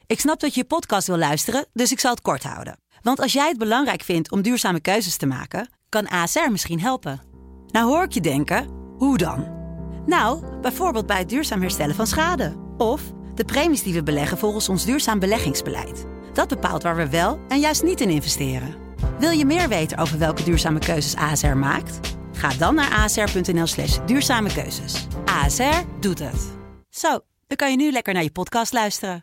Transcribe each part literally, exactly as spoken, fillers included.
Ik snap dat je je podcast wil luisteren, dus ik zal het kort houden. Want als jij het belangrijk vindt om duurzame keuzes te maken, kan A S R misschien helpen. Nou hoor ik je denken, hoe dan? Nou, bijvoorbeeld bij het duurzaam herstellen van schade. Of de premies die we beleggen volgens ons duurzaam beleggingsbeleid. Dat bepaalt waar we wel en juist niet in investeren. Wil je meer weten over welke duurzame keuzes A S R maakt? Ga dan naar asr.nl slash duurzame keuzes. A S R doet het. Zo, dan kan je nu lekker naar je podcast luisteren.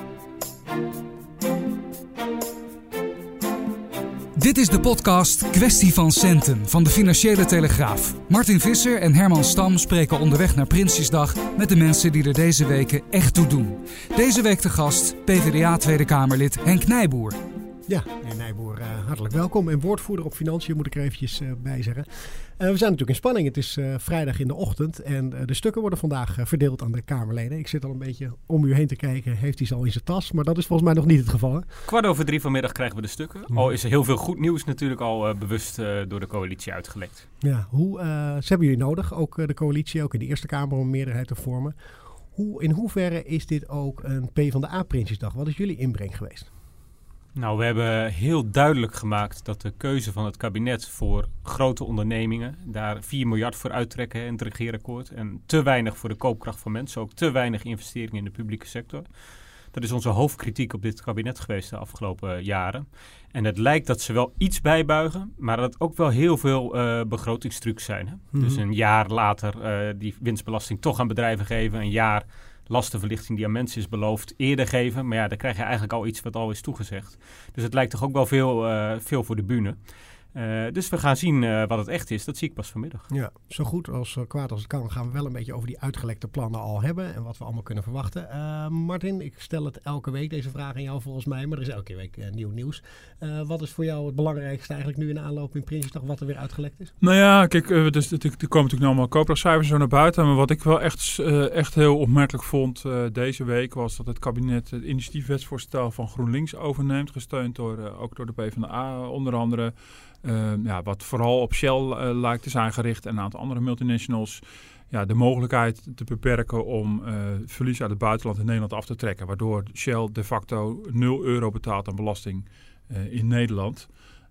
Dit is de podcast Kwestie van Centen van de Financiële Telegraaf. Martin Visser en Herman Stam spreken onderweg naar Prinsjesdag met de mensen die er deze weken echt toe doen. Deze week de gast P v d A Tweede Kamerlid Henk Nijboer. Ja, meneer Nijboer, uh, hartelijk welkom. En woordvoerder op Financiën moet ik er eventjes uh, bij zeggen. Uh, we zijn natuurlijk in spanning. Het is uh, vrijdag in de ochtend en uh, de stukken worden vandaag uh, verdeeld aan de Kamerleden. Ik zit al een beetje om u heen te kijken. Heeft hij ze al in zijn tas? Maar dat is volgens mij nog niet het geval. Hè? Kwart over drie vanmiddag krijgen we de stukken. Ja. Al is er heel veel goed nieuws natuurlijk al uh, bewust uh, door de coalitie uitgelekt. Ja, hoe, uh, ze hebben jullie nodig, ook uh, de coalitie, ook in de Eerste Kamer om een meerderheid te vormen. Hoe, in hoeverre is dit ook een P v d A-Prinsjesdag? Wat is jullie inbreng geweest? Nou, we hebben heel duidelijk gemaakt dat de keuze van het kabinet voor grote ondernemingen, daar vier miljard voor uittrekken in het regeerakkoord en te weinig voor de koopkracht van mensen, ook te weinig investeringen in de publieke sector. Dat is onze hoofdkritiek op dit kabinet geweest de afgelopen jaren. En het lijkt dat ze wel iets bijbuigen, maar dat het ook wel heel veel uh, begrotingstrucs zijn. Hè? Mm-hmm. Dus een jaar later uh, die winstbelasting toch aan bedrijven geven, een jaar lastenverlichting die aan mensen is beloofd eerder geven. Maar ja, dan krijg je eigenlijk al iets wat al is toegezegd. Dus het lijkt toch ook wel veel, uh, veel voor de bühne. Uh, dus we gaan zien uh, wat het echt is. Dat zie ik pas vanmiddag. Ja, zo goed als zo kwaad als het kan gaan we wel een beetje over die uitgelekte plannen al hebben. En wat we allemaal kunnen verwachten. Uh, Martin, ik stel het elke week deze vraag aan jou volgens mij. Maar er is elke week uh, nieuw nieuws. Uh, wat is voor jou het belangrijkste eigenlijk nu in de aanloop in Prinsjesdag wat er weer uitgelekt is? Nou ja, kijk, uh, dus, er komen natuurlijk allemaal koopkrachtcijfers zo naar buiten. Maar wat ik wel echt, uh, echt heel opmerkelijk vond uh, deze week was dat het kabinet het initiatiefwetsvoorstel van GroenLinks overneemt. Gesteund door, uh, ook door de P v d A onder andere. Uh, ja, wat vooral op Shell uh, lijkt te zijn gericht en een aantal andere multinationals. Ja, de mogelijkheid te beperken om uh, verlies uit het buitenland in Nederland af te trekken. Waardoor Shell de facto nul euro betaalt aan belasting uh, in Nederland.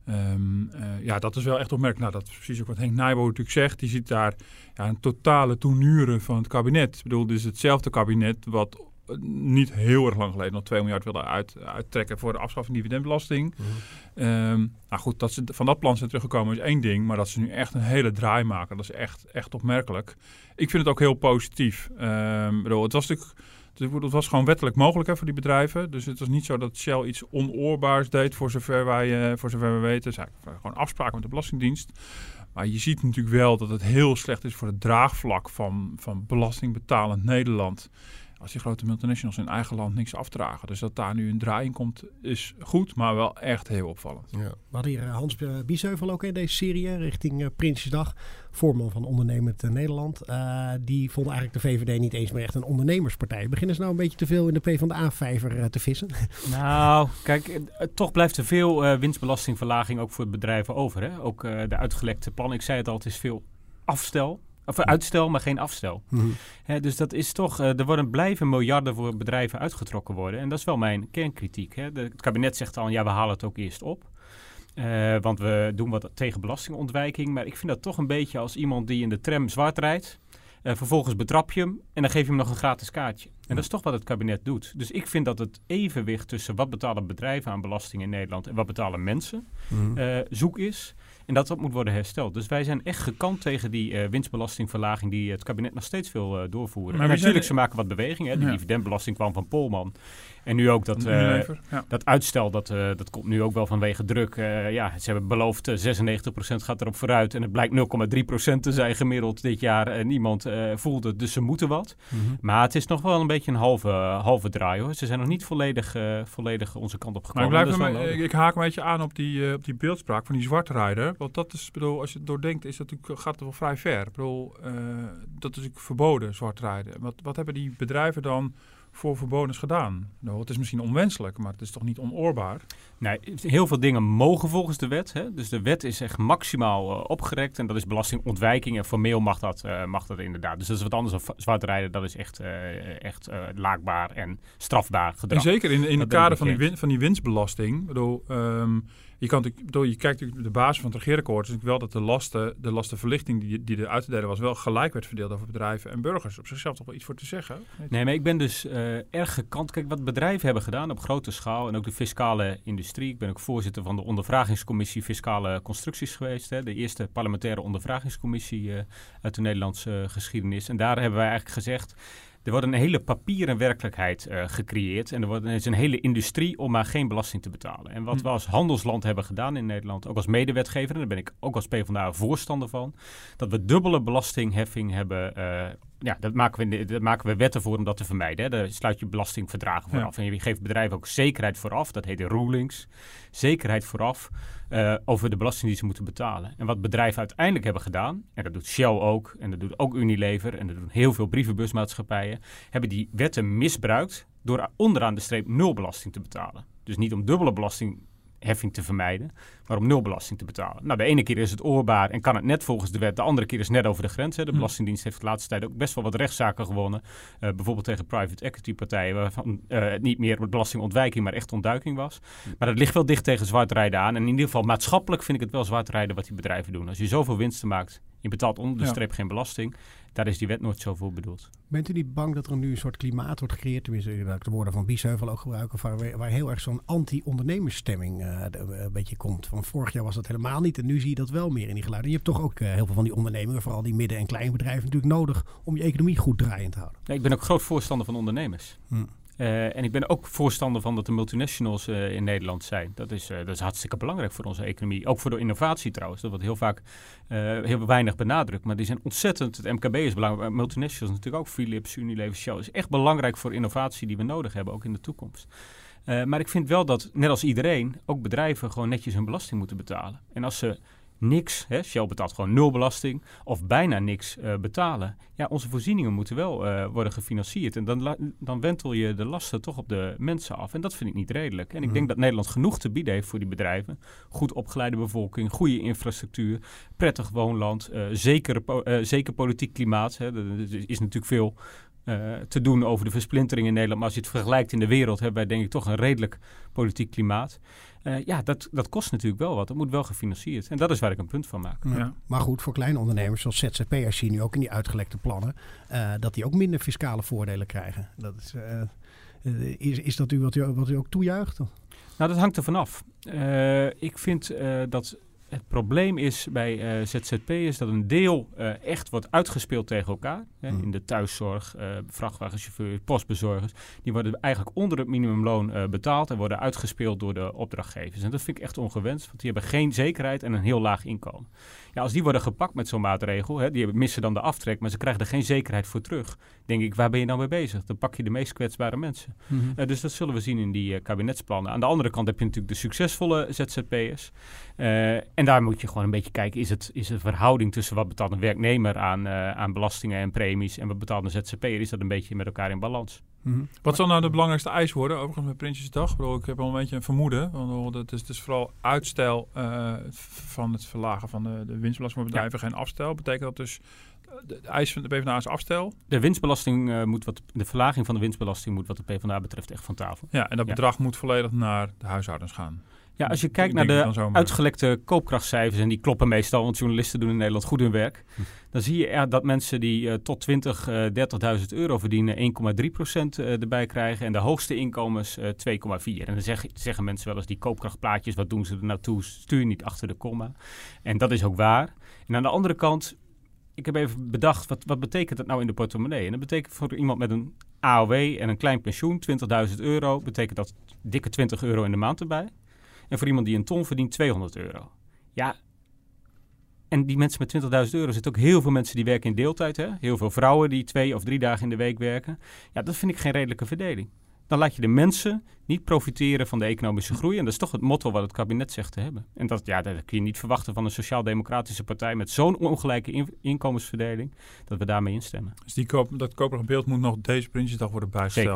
Um, uh, ja, dat is wel echt opmerkelijk. Nou, dat is precies ook wat Henk Nijboer natuurlijk zegt. Die ziet daar ja, een totale tournure van het kabinet. Ik bedoel, dit is hetzelfde kabinet wat niet heel erg lang geleden nog twee miljard wilde uit, uittrekken voor de afschaffing van dividendbelasting. Mm-hmm. Um, nou goed, dat ze van dat plan zijn teruggekomen is één ding, maar dat ze nu echt een hele draai maken, dat is echt, echt opmerkelijk. Ik vind het ook heel positief. Um, bedoel, het was natuurlijk, het was gewoon wettelijk mogelijk hè, voor die bedrijven. Dus het was niet zo dat Shell iets onoorbaars deed voor zover wij, uh, voor zover we weten. Het is eigenlijk gewoon afspraken met de Belastingdienst. Maar je ziet natuurlijk wel dat het heel slecht is voor het draagvlak van, van belastingbetalend Nederland. Als die grote multinationals in eigen land niks afdragen. Dus dat daar nu een draai in komt is goed, maar wel echt heel opvallend. Ja. We hadden hier Hans Biesheuvel ook in deze serie richting uh, Prinsjesdag. Voorman van Ondernemend Nederland. Uh, die vond eigenlijk de V V D niet eens meer echt een ondernemerspartij. Beginnen ze nou een beetje te veel in de P v d A-vijver uh, te vissen? Nou, kijk, uh, toch blijft er veel uh, winstbelastingverlaging ook voor bedrijven over. Hè? Ook uh, de uitgelekte plannen. Ik zei het al, het is veel afstel. Of uitstel, maar geen afstel. Mm-hmm. He, dus dat is toch, uh, er worden blijven miljarden voor bedrijven uitgetrokken worden. En dat is wel mijn kernkritiek. Hè. De, het kabinet zegt al, ja, we halen het ook eerst op. Uh, want we doen wat tegen belastingontwijking. Maar ik vind dat toch een beetje als iemand die in de tram zwart rijdt. Uh, vervolgens betrap je hem en dan geef je hem nog een gratis kaartje. En dat is toch wat het kabinet doet. Dus ik vind dat het evenwicht tussen wat betalen bedrijven aan belasting in Nederland en wat betalen mensen mm. uh, zoek is. En dat dat moet worden hersteld. Dus wij zijn echt gekant tegen die uh, winstbelastingverlaging die het kabinet nog steeds wil uh, doorvoeren. Maar natuurlijk, zijn... ze maken wat bewegingen. Hè. De ja. dividendbelasting kwam van Polman. En nu ook dat, uh, ja. dat uitstel, dat, uh, dat komt nu ook wel vanwege druk. Uh, ja, ze hebben beloofd uh, zesennegentig procent gaat erop vooruit. En het blijkt nul komma drie procent te zijn gemiddeld dit jaar. En niemand uh, voelt het, dus ze moeten wat. Mm-hmm. Maar het is nog wel een beetje een halve, uh, halve draai hoor. Ze zijn nog niet volledig, uh, volledig onze kant op gekomen. Maar ik, blijf hem, ik, ik haak een beetje aan op die, uh, op die beeldspraak van die zwartrijder. Want dat is, bedoel, als je het doordenkt, is dat natuurlijk, gaat het wel vrij ver. Ik bedoel, uh, dat is natuurlijk verboden, zwartrijden. Wat, wat hebben die bedrijven dan voor verboden is gedaan? Nou, het is misschien onwenselijk, maar het is toch niet onoorbaar? Nee, heel veel dingen mogen volgens de wet. Hè? Dus de wet is echt maximaal uh, opgerekt. En dat is belastingontwijking. En formeel mag dat, uh, mag dat inderdaad. Dus dat is wat anders dan zwart rijden. Dat is echt, uh, echt uh, laakbaar en strafbaar gedrag. En zeker in, in het kader van die, win, van die winstbelasting. Bedoel, um, je, kan, bedoel, je kijkt natuurlijk de basis van het regeerakkoord. Dus wel dat de lasten, de lastenverlichting die, die er uit te delen was, wel gelijk werd verdeeld over bedrijven en burgers. Op zichzelf toch wel iets voor te zeggen? Nee, maar ik ben dus uh, erg gekant. Kijk, wat bedrijven hebben gedaan op grote schaal en ook de fiscale industrie. Ik ben ook voorzitter van de ondervragingscommissie Fiscale Constructies geweest. Hè, de eerste parlementaire ondervragingscommissie uh, uit de Nederlandse uh, geschiedenis. En daar hebben wij eigenlijk gezegd, er wordt een hele papieren werkelijkheid uh, gecreëerd. En er, wordt, er is een hele industrie om maar geen belasting te betalen. En wat hm. we als handelsland hebben gedaan in Nederland, ook als medewetgever, en daar ben ik ook als PvdA voorstander van, dat we dubbele belastingheffing hebben. Uh, ja, dat maken, we, dat maken we wetten voor om dat te vermijden. Hè. Daar sluit je belastingverdragen vooraf. Ja. En je geeft bedrijven ook zekerheid vooraf. Dat heet de rulings. Zekerheid vooraf uh, over de belasting die ze moeten betalen. En wat bedrijven uiteindelijk hebben gedaan, en dat doet Shell ook, en dat doet ook Unilever, en dat doen heel veel brievenbusmaatschappijen, hebben die wetten misbruikt door onderaan de streep nul belasting te betalen. Dus niet om dubbele belastingheffing te vermijden, maar om nul belasting te betalen. Nou, de ene keer is het oorbaar en kan het net volgens de wet. De andere keer is het net over de grens. Hè. De Belastingdienst heeft de laatste tijd ook best wel wat rechtszaken gewonnen. Uh, bijvoorbeeld tegen private equity partijen, waarvan uh, het niet meer belastingontwijking, maar echt ontduiking was. Maar dat ligt wel dicht tegen zwartrijden aan. En in ieder geval maatschappelijk vind ik het wel zwartrijden wat die bedrijven doen. Als je zoveel winsten maakt, je betaalt onder de streep ja. geen belasting. Daar is die wet nooit zo voor bedoeld. Bent u niet bang dat er nu een soort klimaat wordt gecreëerd, tenminste dat ik de woorden van Biesheuvel ook gebruiken, waar, waar heel erg zo'n anti-ondernemersstemming uh, een beetje komt? Van vorig jaar was dat helemaal niet en nu zie je dat wel meer in die geluiden. En je hebt toch ook uh, heel veel van die ondernemingen, vooral die midden- en kleinbedrijven, natuurlijk nodig om je economie goed draaiend te houden. Ja, ik ben ook groot voorstander van ondernemers. Hm. Uh, en ik ben ook voorstander van dat de multinationals uh, in Nederland zijn. Dat is, uh, dat is hartstikke belangrijk voor onze economie. Ook voor de innovatie trouwens. Dat wordt heel vaak uh, heel weinig benadrukt. Maar die zijn ontzettend, het M K B is belangrijk. Multinationals natuurlijk ook, Philips, Unilever, Shell. is echt belangrijk voor innovatie die we nodig hebben, ook in de toekomst. Uh, maar ik vind wel dat, net als iedereen, ook bedrijven gewoon netjes hun belasting moeten betalen. En als ze niks, hè, Shell betaalt gewoon nul belasting of bijna niks uh, betalen. Ja, onze voorzieningen moeten wel uh, worden gefinancierd. En dan, la- dan wentel je de lasten toch op de mensen af. En dat vind ik niet redelijk. En ik mm-hmm. denk dat Nederland genoeg te bieden heeft voor die bedrijven. Goed opgeleide bevolking, goede infrastructuur, prettig woonland, uh, zeker, po- uh, zeker politiek klimaat. Hè. Er is natuurlijk veel Uh, te doen over de versplintering in Nederland. Maar als je het vergelijkt in de wereld, hebben wij denk ik toch een redelijk politiek klimaat. Uh, ja, dat, dat kost natuurlijk wel wat. Dat moet wel gefinancierd. En dat is waar ik een punt van maak. Ja. Ja. Maar goed, voor kleine ondernemers zoals Z Z P'ers zien nu ook in die uitgelekte plannen Uh, dat die ook minder fiscale voordelen krijgen. Dat is, uh, is, is dat u wat, u wat u ook toejuicht? Nou, dat hangt er vanaf. Uh, ik vind uh, dat het probleem is bij uh, Z Z P'ers dat een deel uh, echt wordt uitgespeeld tegen elkaar. Hè, mm. In de thuiszorg, uh, vrachtwagenchauffeurs, postbezorgers. Die worden eigenlijk onder het minimumloon uh, betaald en worden uitgespeeld door de opdrachtgevers. En dat vind ik echt ongewenst, want die hebben geen zekerheid en een heel laag inkomen. Ja, als die worden gepakt met zo'n maatregel, hè, die missen dan de aftrek, maar ze krijgen er geen zekerheid voor terug. Denk ik, waar ben je nou mee bezig? Dan pak je de meest kwetsbare mensen. Mm-hmm. Uh, dus dat zullen we zien in die uh, kabinetsplannen. Aan de andere kant heb je natuurlijk de succesvolle Z Z P'ers. Uh, en daar moet je gewoon een beetje kijken, is het, is de verhouding tussen wat betaalt een werknemer aan, uh, aan belastingen en premies en wat betaalt een Z Z P'er, is dat een beetje met elkaar in balans? Mm-hmm. Wat zal nou de belangrijkste eis worden, overigens met Prinsjesdag? Ik, bedoel, ik heb wel een beetje een vermoeden, want het is, het is vooral uitstel uh, van het verlagen van de, de winstbelasting voor bedrijven, ja. geen afstel. Betekent dat dus de, de eis van de PvdA is afstel? De winstbelasting uh, moet wat, de verlaging van de winstbelasting moet wat de PvdA betreft echt van tafel. Ja, en dat ja. bedrag moet volledig naar de huishoudens gaan. Ja, als je kijkt naar de uitgelekte koopkrachtcijfers, en die kloppen meestal, want journalisten doen in Nederland goed hun werk, hm. dan zie je er dat mensen die uh, tot twintig, uh, dertigduizend euro verdienen één komma drie procent uh, erbij krijgen en de hoogste inkomens uh, twee komma vier. En dan zeg, zeggen mensen wel eens, die koopkrachtplaatjes, wat doen ze er nou toe? Stuur je niet achter de komma. En dat is ook waar. En aan de andere kant, ik heb even bedacht, wat, wat betekent dat nou in de portemonnee? En dat betekent voor iemand met een A O W en een klein pensioen, twintigduizend euro, betekent dat dikke twintig euro in de maand erbij. En voor iemand die een ton verdient, tweehonderd euro. Ja, en die mensen met twintigduizend euro zitten ook heel veel mensen die werken in deeltijd. Hè? Heel veel vrouwen die twee of drie dagen in de week werken. Ja, dat vind ik geen redelijke verdeling. Dan laat je de mensen niet profiteren van de economische groei. En dat is toch het motto wat het kabinet zegt te hebben. En dat, ja, dat kun je niet verwachten van een sociaal-democratische partij met zo'n ongelijke in- inkomensverdeling, dat we daarmee instemmen. Dus die koop, dat koperige beeld moet nog deze Prinsjesdag worden bijgesteld? Zeker.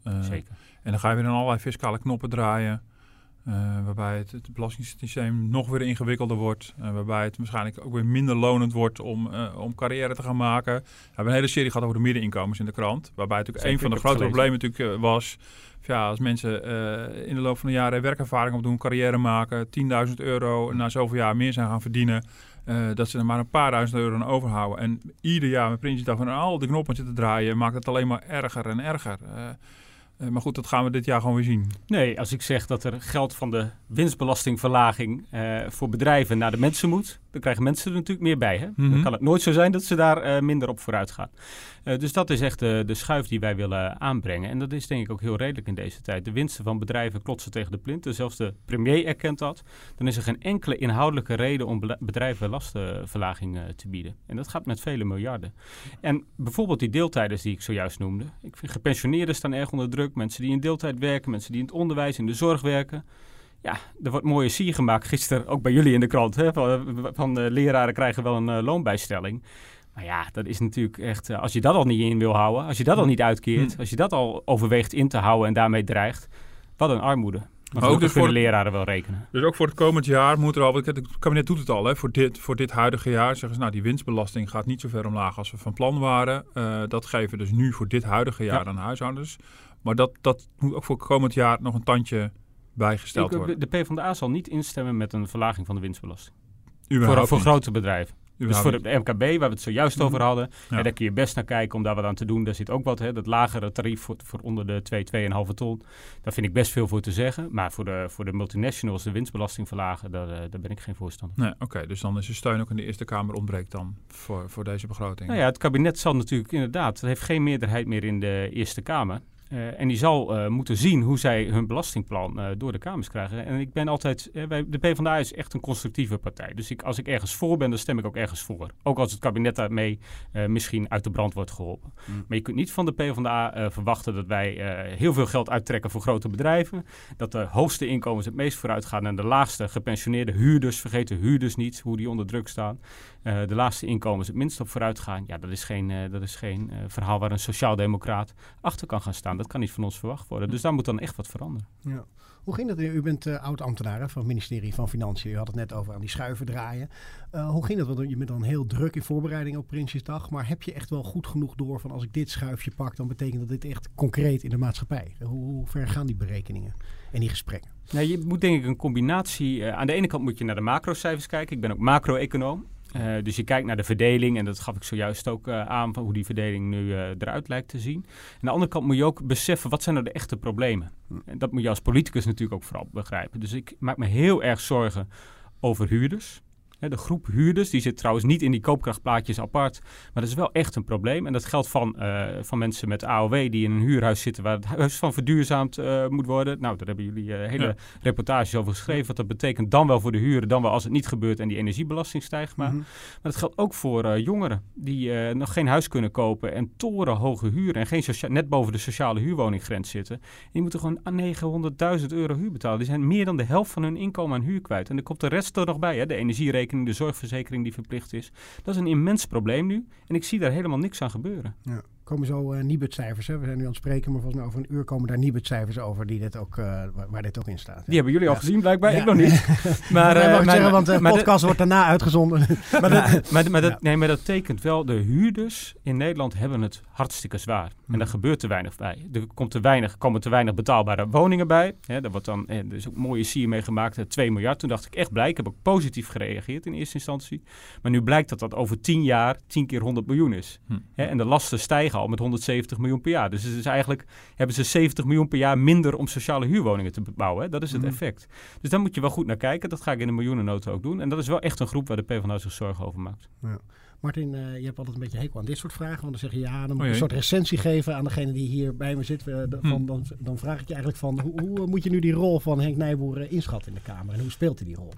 Uh, Zeker. En dan ga je weer in allerlei fiscale knoppen draaien. Uh, waarbij het, het belastingssysteem nog weer ingewikkelder wordt. Uh, waarbij het waarschijnlijk ook weer minder lonend wordt om, uh, om carrière te gaan maken. We hebben een hele serie gehad over de middeninkomens in de krant. Waarbij natuurlijk Zeker, een van de grote problemen natuurlijk uh, was... Ja, als mensen uh, in de loop van de jaren werkervaring opdoen, carrière maken... tienduizend euro na zoveel jaar meer zijn gaan verdienen... Uh, dat ze er maar een paar duizend euro aan overhouden. En ieder jaar met Prinsjesdag van al die knoppen zitten draaien... maakt het alleen maar erger en erger. Uh, Uh, maar goed, dat gaan we dit jaar gewoon weer zien. Nee, als ik zeg dat er geld van de winstbelastingverlaging uh, voor bedrijven naar de mensen moet, dan krijgen mensen er natuurlijk meer bij. Hè? Mm-hmm. Dan kan het nooit zo zijn dat ze daar uh, minder op vooruit gaan. Uh, dus dat is echt de, de schuif die wij willen aanbrengen. En dat is denk ik ook heel redelijk in deze tijd. De winsten van bedrijven klotsen tegen de plinten. Zelfs de premier erkent dat. Dan is er geen enkele inhoudelijke reden om be- bedrijven lastenverlaging uh, te bieden. En dat gaat met vele miljarden. En bijvoorbeeld die deeltijders die ik zojuist noemde. Ik vind gepensioneerden staan erg onder druk. Mensen die in deeltijd werken, mensen die in het onderwijs, in de zorg werken. Ja, er wordt mooie sier gemaakt gisteren, ook bij jullie in de krant. Hè, van van uh, leraren krijgen wel een uh, loonbijstelling. Maar ja, dat is natuurlijk echt... Uh, als je dat al niet in wil houden, als je dat al niet uitkeert... als je dat al overweegt in te houden en daarmee dreigt... wat een armoede. Maar ook dus voor de leraren wel rekenen. Dus ook voor het komend jaar moet er al... Het kabinet doet het al, hè, voor, dit, voor dit huidige jaar. Zeggen ze, nou, die winstbelasting gaat niet zo ver omlaag als we van plan waren. Uh, dat geven we dus nu voor dit huidige jaar ja. aan huishoudens. Maar dat, dat moet ook voor het komend jaar nog een tandje bijgesteld Ik, worden. De PvdA zal niet instemmen met een verlaging van de winstbelasting. Überhaupt voor, voor niet. grote bedrijven. Überhaupt dus voor de M K B, waar we het zojuist mm. over hadden, ja. Ja, daar kun je best naar kijken om daar wat aan te doen. Daar zit ook wat, hè, dat lagere tarief voor, voor onder de twee, twee komma vijf ton. Daar vind ik best veel voor te zeggen. Maar voor de, voor de multinationals de winstbelasting verlagen, daar, daar ben ik geen voorstander. Nee, Oké, okay, dus dan is de steun ook in de Eerste Kamer ontbreekt dan voor, voor deze begroting. Nou ja, het kabinet zal natuurlijk inderdaad, het heeft geen meerderheid meer in de Eerste Kamer. Uh, en die zal uh, moeten zien hoe zij hun belastingplan uh, door de Kamers krijgen. En ik ben altijd... Uh, wij, de PvdA is echt een constructieve partij. Dus ik, als ik ergens voor ben, dan stem ik ook ergens voor. Ook als het kabinet daarmee uh, misschien uit de brand wordt geholpen. Mm. Maar je kunt niet van de PvdA uh, verwachten dat wij uh, heel veel geld uittrekken voor grote bedrijven. Dat de hoogste inkomens het meest vooruit gaan en de laagste gepensioneerde huurders, vergeet de huurders niet, hoe die onder druk staan. Uh, de laagste inkomens het minst op vooruit gaan. Ja, dat is geen, uh, dat is geen uh, verhaal waar een sociaaldemocraat achter kan gaan staan. Dat kan niet van ons verwacht worden. Dus daar moet dan echt wat veranderen. Ja. Hoe ging dat? U bent uh, oud-ambtenaar van het ministerie van Financiën. U had het net over aan die schuiven draaien. Uh, hoe ging dat? Want je bent dan heel druk in voorbereiding op Prinsjesdag. Maar heb je echt wel goed genoeg door van als ik dit schuifje pak, dan betekent dat dit echt concreet in de maatschappij? Hoe, hoe ver gaan die berekeningen en die gesprekken? Nou, je moet denk ik een combinatie... Uh, aan de ene kant moet je naar de macrocijfers kijken. Ik ben ook macro-econoom. Uh, dus je kijkt naar de verdeling, en dat gaf ik zojuist ook uh, aan, van hoe die verdeling nu uh, eruit lijkt te zien. Aan de andere kant moet je ook beseffen, wat zijn nou de echte problemen? En dat moet je als politicus natuurlijk ook vooral begrijpen. Dus ik maak me heel erg zorgen over huurders. De groep huurders, die zit trouwens niet in die koopkrachtplaatjes apart. Maar dat is wel echt een probleem. En dat geldt van, uh, van mensen met A O W die in een huurhuis zitten waar het huis van verduurzaamd uh, moet worden. Nou, daar hebben jullie uh, hele ja. reportages over geschreven. Wat dat betekent dan wel voor de huren, dan wel als het niet gebeurt en die energiebelasting stijgt maar. Mm-hmm. Maar dat geldt ook voor uh, jongeren die uh, nog geen huis kunnen kopen en torenhoge huren en geen socia- net boven de sociale huurwoninggrens zitten. En die moeten gewoon negenhonderdduizend euro huur betalen. Die zijn meer dan de helft van hun inkomen aan huur kwijt. En er komt de rest er nog bij, hè? De energierekening, de zorgverzekering die verplicht is. Dat is een immens probleem nu. En ik zie daar helemaal niks aan gebeuren. Ja. Komen zo uh, Nibud-cijfers. Hè? We zijn nu aan het spreken, maar volgens mij over een uur komen daar Nibud-cijfers over die dit ook, uh, waar, waar dit ook in staat. Hè? Die hebben jullie ja. al gezien, blijkbaar. Ja. Ik nog niet. maar, uh, maar, zeggen, want de uh, podcast de, wordt daarna uitgezonden. maar dat, maar, maar, dat, ja. nee, maar dat tekent wel, de huurders in Nederland hebben het hartstikke zwaar. En daar gebeurt te weinig bij. Er komt te weinig, komen te weinig betaalbare woningen bij. Hè, daar wordt dan, er is ook een mooie sier mee gemaakt, twee miljard. Toen dacht ik echt blij. Ik heb ook positief gereageerd in eerste instantie. Maar nu blijkt dat dat over tien jaar tien keer honderd miljoen is. Hm. Hè, en de lasten stijgen al met honderdzeventig miljoen per jaar. Dus, dus eigenlijk hebben ze zeventig miljoen per jaar minder om sociale huurwoningen te bouwen. Hè. Dat is het mm. effect. Dus daar moet je wel goed naar kijken. Dat ga ik in de miljoenennota ook doen. En dat is wel echt een groep waar de PvdA zich zorgen over maakt. Ja. Martin, uh, je hebt altijd een beetje hekel aan dit soort vragen. Want dan zeg je ja, dan moet je oh, een soort recensie geven aan degene die hier bij me zit. Uh, de, van, hm. dan, dan vraag ik je eigenlijk van, hoe, hoe moet je nu die rol van Henk Nijboer uh, inschatten in de Kamer? En hoe speelt hij die rol?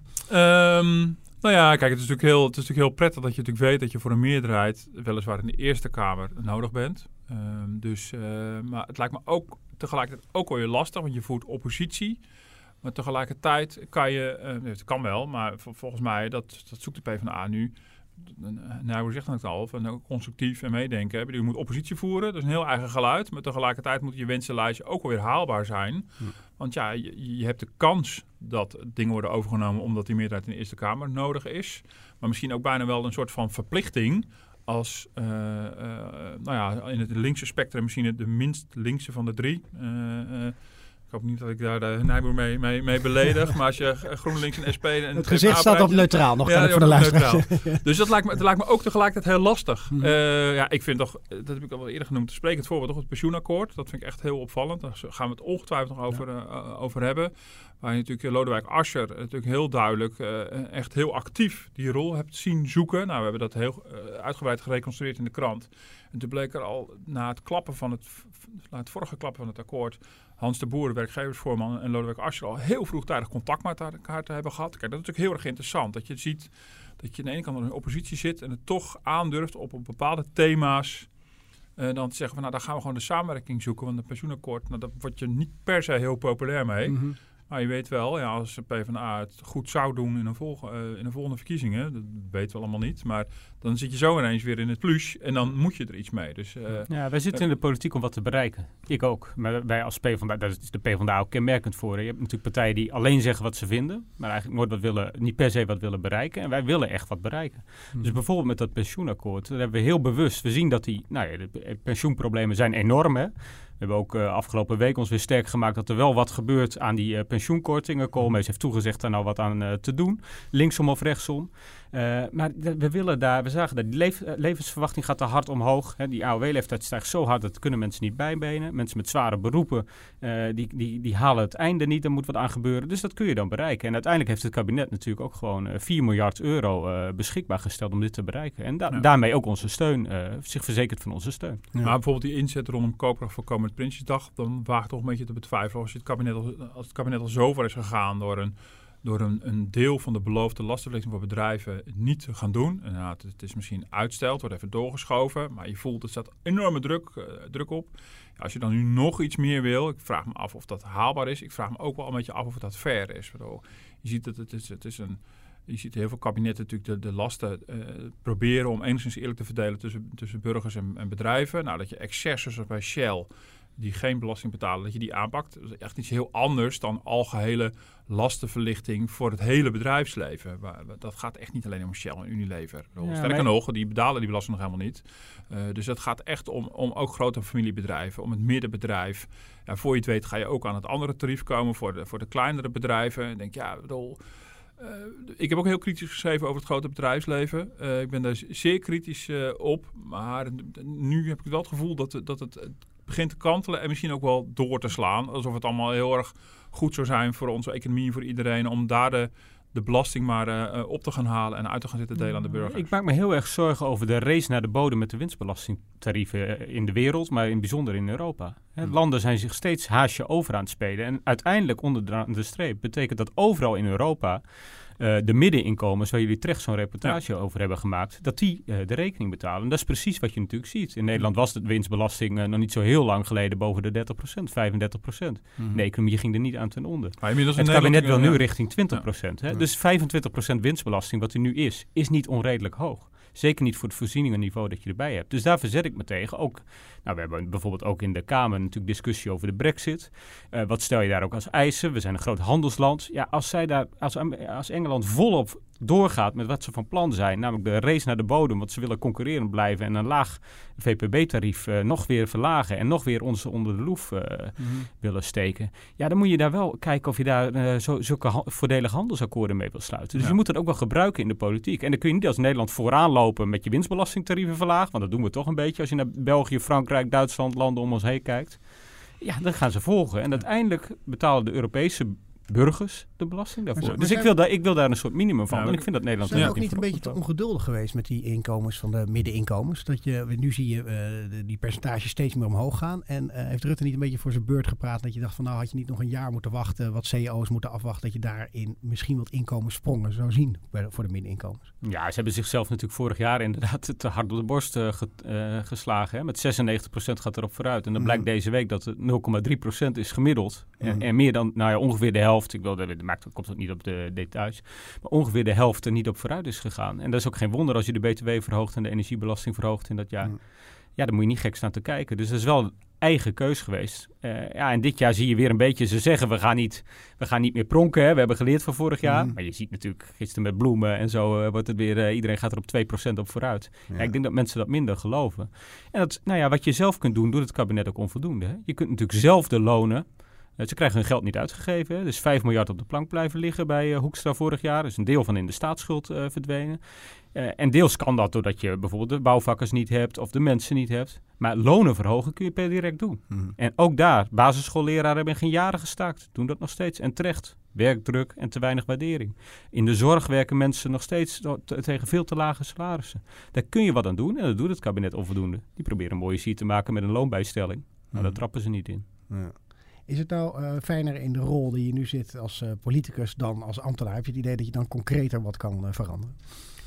Um, nou ja, kijk, het is, natuurlijk heel, het is natuurlijk heel prettig dat je natuurlijk weet dat je voor een meerderheid weliswaar in de Eerste Kamer nodig bent. Um, dus, uh, maar het lijkt me ook tegelijkertijd ook wel weer lastig, want je voert oppositie. Maar tegelijkertijd kan je, uh, het kan wel, maar volgens mij, dat, dat zoekt de PvdA nu, nou, hoe zegt dat al? Van constructief en meedenken. Je moet oppositie voeren, dat is een heel eigen geluid. Maar tegelijkertijd moet je wensenlijstje ook alweer haalbaar zijn. Hm. Want ja, je, je hebt de kans dat dingen worden overgenomen omdat die meerderheid in de Eerste Kamer nodig is. Maar misschien ook bijna wel een soort van verplichting als, uh, uh, nou ja, in het linkse spectrum misschien de minst linkse van de drie. Uh, uh, Ik hoop niet dat ik daar de Nijboer mee, mee, mee beledig. Maar als je GroenLinks en S P... En het gezicht staat op neutraal nog ja, voor de luisteraars. Dus dat lijkt, me, dat lijkt me ook tegelijkertijd heel lastig. Mm. Uh, ja, ik vind toch, dat heb ik al wel eerder genoemd, sprekend voorbeeld, toch het pensioenakkoord. Dat vind ik echt heel opvallend. Daar gaan we het ongetwijfeld nog over, ja. uh, over hebben. Waar je natuurlijk Lodewijk Asscher natuurlijk heel duidelijk, uh, echt heel actief die rol hebt zien zoeken. Nou, we hebben dat heel uh, uitgebreid gereconstrueerd in de krant. En toen bleek er al na het klappen van het, na het vorige klappen van het akkoord, Hans de Boer, de werkgeversvoorman, en Lodewijk Asscher al heel vroegtijdig contact met elkaar te hebben gehad. Kijk, dat is natuurlijk heel erg interessant. Dat je ziet dat je aan de ene kant in een oppositie zit en het toch aandurft op, op bepaalde thema's. Uh, dan te zeggen van, nou, dan gaan we gewoon de samenwerking zoeken. Want een pensioenakkoord, nou, daar word je niet per se heel populair mee. Mm-hmm. Maar je weet wel, ja, als de PvdA het goed zou doen in een, volg- uh, in de volgende verkiezingen, dat weten we allemaal niet, maar dan zit je zo ineens weer in het plus en dan moet je er iets mee. Dus, uh, ja, wij zitten uh, in de politiek om wat te bereiken. Ik ook. Maar wij als PvdA, daar is de PvdA ook kenmerkend voor. Hè. Je hebt natuurlijk partijen die alleen zeggen wat ze vinden, maar eigenlijk nooit wat willen, niet per se wat willen bereiken. En wij willen echt wat bereiken. Hmm. Dus bijvoorbeeld met dat pensioenakkoord, daar hebben we heel bewust, we zien dat die, nou ja, de pensioenproblemen zijn enorm, hè. We hebben ook uh, afgelopen week ons weer sterk gemaakt dat er wel wat gebeurt aan die uh, pensioenkortingen. Koolmees heeft toegezegd daar nou wat aan uh, te doen, linksom of rechtsom. Uh, maar de, we willen daar, we zagen dat die leef, uh, levensverwachting gaat te hard omhoog. Hè. Die A O W-leeftijd stijgt zo hard, dat kunnen mensen niet bijbenen. Mensen met zware beroepen, uh, die, die, die halen het einde niet, er moet wat aan gebeuren. Dus dat kun je dan bereiken. En uiteindelijk heeft het kabinet natuurlijk ook gewoon uh, vier miljard euro uh, beschikbaar gesteld om dit te bereiken. En da- ja. daarmee ook onze steun, uh, zich verzekerd van onze steun. Ja. Maar bijvoorbeeld die inzet rondom koopkracht voor komend Prinsjesdag, dan waag ik toch een beetje te betwijfelen als, je het, kabinet al, als het kabinet al zo ver is gegaan door een door een, een deel van de beloofde lastenverlichting voor bedrijven niet te gaan doen. En nou, het, het is misschien uitstel, het wordt even doorgeschoven, maar je voelt, er staat enorme druk, uh, druk op. Ja, als je dan nu nog iets meer wil, ik vraag me af of dat haalbaar is. Ik vraag me ook wel een beetje af of dat fair is. Je ziet dat het is, het is een... Je ziet heel veel kabinetten natuurlijk de, de lasten uh, proberen om enigszins eerlijk te verdelen tussen, tussen burgers en, en bedrijven. Nou, dat je excessen zoals bij Shell, die geen belasting betalen, dat je die aanpakt. Dat is echt iets heel anders dan algehele lastenverlichting voor het hele bedrijfsleven. Dat gaat echt niet alleen om Shell en Unilever. Ja, Sterker maar... nog, die betalen die belasting nog helemaal niet. Uh, dus dat gaat echt om, om ook grote familiebedrijven, om het middenbedrijf. Ja, voor je het weet ga je ook aan het andere tarief komen voor de, voor de kleinere bedrijven. En denk, ja, bedoel... Uh, ik heb ook heel kritisch geschreven over het grote bedrijfsleven. Uh, ik ben daar zeer kritisch uh, op. Maar nu heb ik wel het gevoel dat, dat het begint te kantelen en misschien ook wel door te slaan. Alsof het allemaal heel erg goed zou zijn voor onze economie, voor iedereen, om daar de, de belasting maar uh, op te gaan halen en uit te gaan zitten delen aan de burgers. Ik maak me heel erg zorgen over de race naar de bodem met de winstbelastingtarieven in de wereld, maar in het bijzonder in Europa. He, hmm. Landen zijn zich steeds haasje over aan het spelen. En uiteindelijk onder de streep betekent dat overal in Europa uh, de middeninkomens, waar jullie terecht zo'n reportage ja. over hebben gemaakt, dat die uh, de rekening betalen. En dat is precies wat je natuurlijk ziet. In Nederland was de winstbelasting uh, nog niet zo heel lang geleden boven de dertig procent, vijfendertig procent. Hmm. De economie ging er niet aan ten onder. Maar het kabinet wil nu ja. richting twintig procent. Ja. Dus vijfentwintig procent winstbelasting, wat er nu is, is niet onredelijk hoog. Zeker niet voor het voorzieningenniveau dat je erbij hebt. Dus daar verzet ik me tegen. Ook, nou, we hebben bijvoorbeeld ook in de Kamer natuurlijk discussie over de Brexit. Uh, wat stel je daar ook als eisen? We zijn een groot handelsland. Ja, als, zij daar, als, als Engeland volop doorgaat met wat ze van plan zijn, namelijk de race naar de bodem, want ze willen concurrerend blijven en een laag V P B-tarief uh, nog weer verlagen en nog weer ons onder de loef uh, mm-hmm. willen steken. Ja, dan moet je daar wel kijken of je daar uh, zo, zulke ha- voordelige handelsakkoorden mee wil sluiten. Dus ja. je moet het ook wel gebruiken in de politiek. En dan kun je niet als Nederland vooraan lopen met je winstbelastingtarieven verlagen, want dat doen we toch een beetje als je naar België, Frankrijk, Duitsland, landen om ons heen kijkt. Ja, dan gaan ze volgen. En uiteindelijk betalen de Europese burgers de belasting daarvoor. Maar dus zijn, ik, wil daar, ik wil daar een soort minimum van. Ja, en ik vind dat Nederland... Zijn we ook niet een beetje te ongeduldig geweest met die inkomens van de middeninkomens? Dat je, nu zie je uh, de, die percentages steeds meer omhoog gaan. En uh, heeft Rutte niet een beetje voor zijn beurt gepraat dat je dacht van nou had je niet nog een jaar moeten wachten, wat C E O's moeten afwachten, dat je daarin misschien wat inkomenssprongen zou zien bij, voor de middeninkomens? Ja, ze hebben zichzelf natuurlijk vorig jaar inderdaad te hard op de borst uh, ge, uh, geslagen. Hè? Met zesennegentig procent gaat erop vooruit. En dan blijkt mm. deze week dat het nul komma drie procent is gemiddeld. Mm. En, en meer dan, nou ja, ongeveer de helft helft, ik wil, dat maakt, komt ook niet op de details, maar ongeveer de helft er niet op vooruit is gegaan. En dat is ook geen wonder als je de B T W verhoogt en de energiebelasting verhoogt in dat jaar. Mm. Ja, dan moet je niet gek staan te kijken. Dus dat is wel een eigen keus geweest. Uh, ja, en dit jaar zie je weer een beetje, ze zeggen we gaan niet, we gaan niet meer pronken. Hè? We hebben geleerd van vorig jaar. Mm. Maar je ziet natuurlijk gisteren met bloemen en zo uh, wordt het weer, uh, iedereen gaat er op twee procent op vooruit. Ja. Ja, ik denk dat mensen dat minder geloven. En dat, nou ja, wat je zelf kunt doen, doet het kabinet ook onvoldoende. Hè? Je kunt natuurlijk zelf de lonen. Uh, ze krijgen hun geld niet uitgegeven. Hè? Dus vijf miljard op de plank blijven liggen bij uh, Hoekstra vorig jaar. Dus een deel van in de staatsschuld uh, verdwenen. Uh, en deels kan dat doordat je bijvoorbeeld de bouwvakkers niet hebt of de mensen niet hebt. Maar lonen verhogen kun je per direct doen. Mm. En ook daar, basisschoolleraren hebben geen jaren gestaakt. Doen dat nog steeds. En terecht. Werkdruk en te weinig waardering. In de zorg werken mensen nog steeds t- tegen veel te lage salarissen. Daar kun je wat aan doen en dat doet het kabinet onvoldoende. Die proberen een mooie sier te maken met een loonbijstelling. Maar mm. daar trappen ze niet in. Ja. Is het nou uh, fijner in de rol die je nu zit als uh, politicus dan als ambtenaar? Heb je het idee dat je dan concreter wat kan uh, veranderen?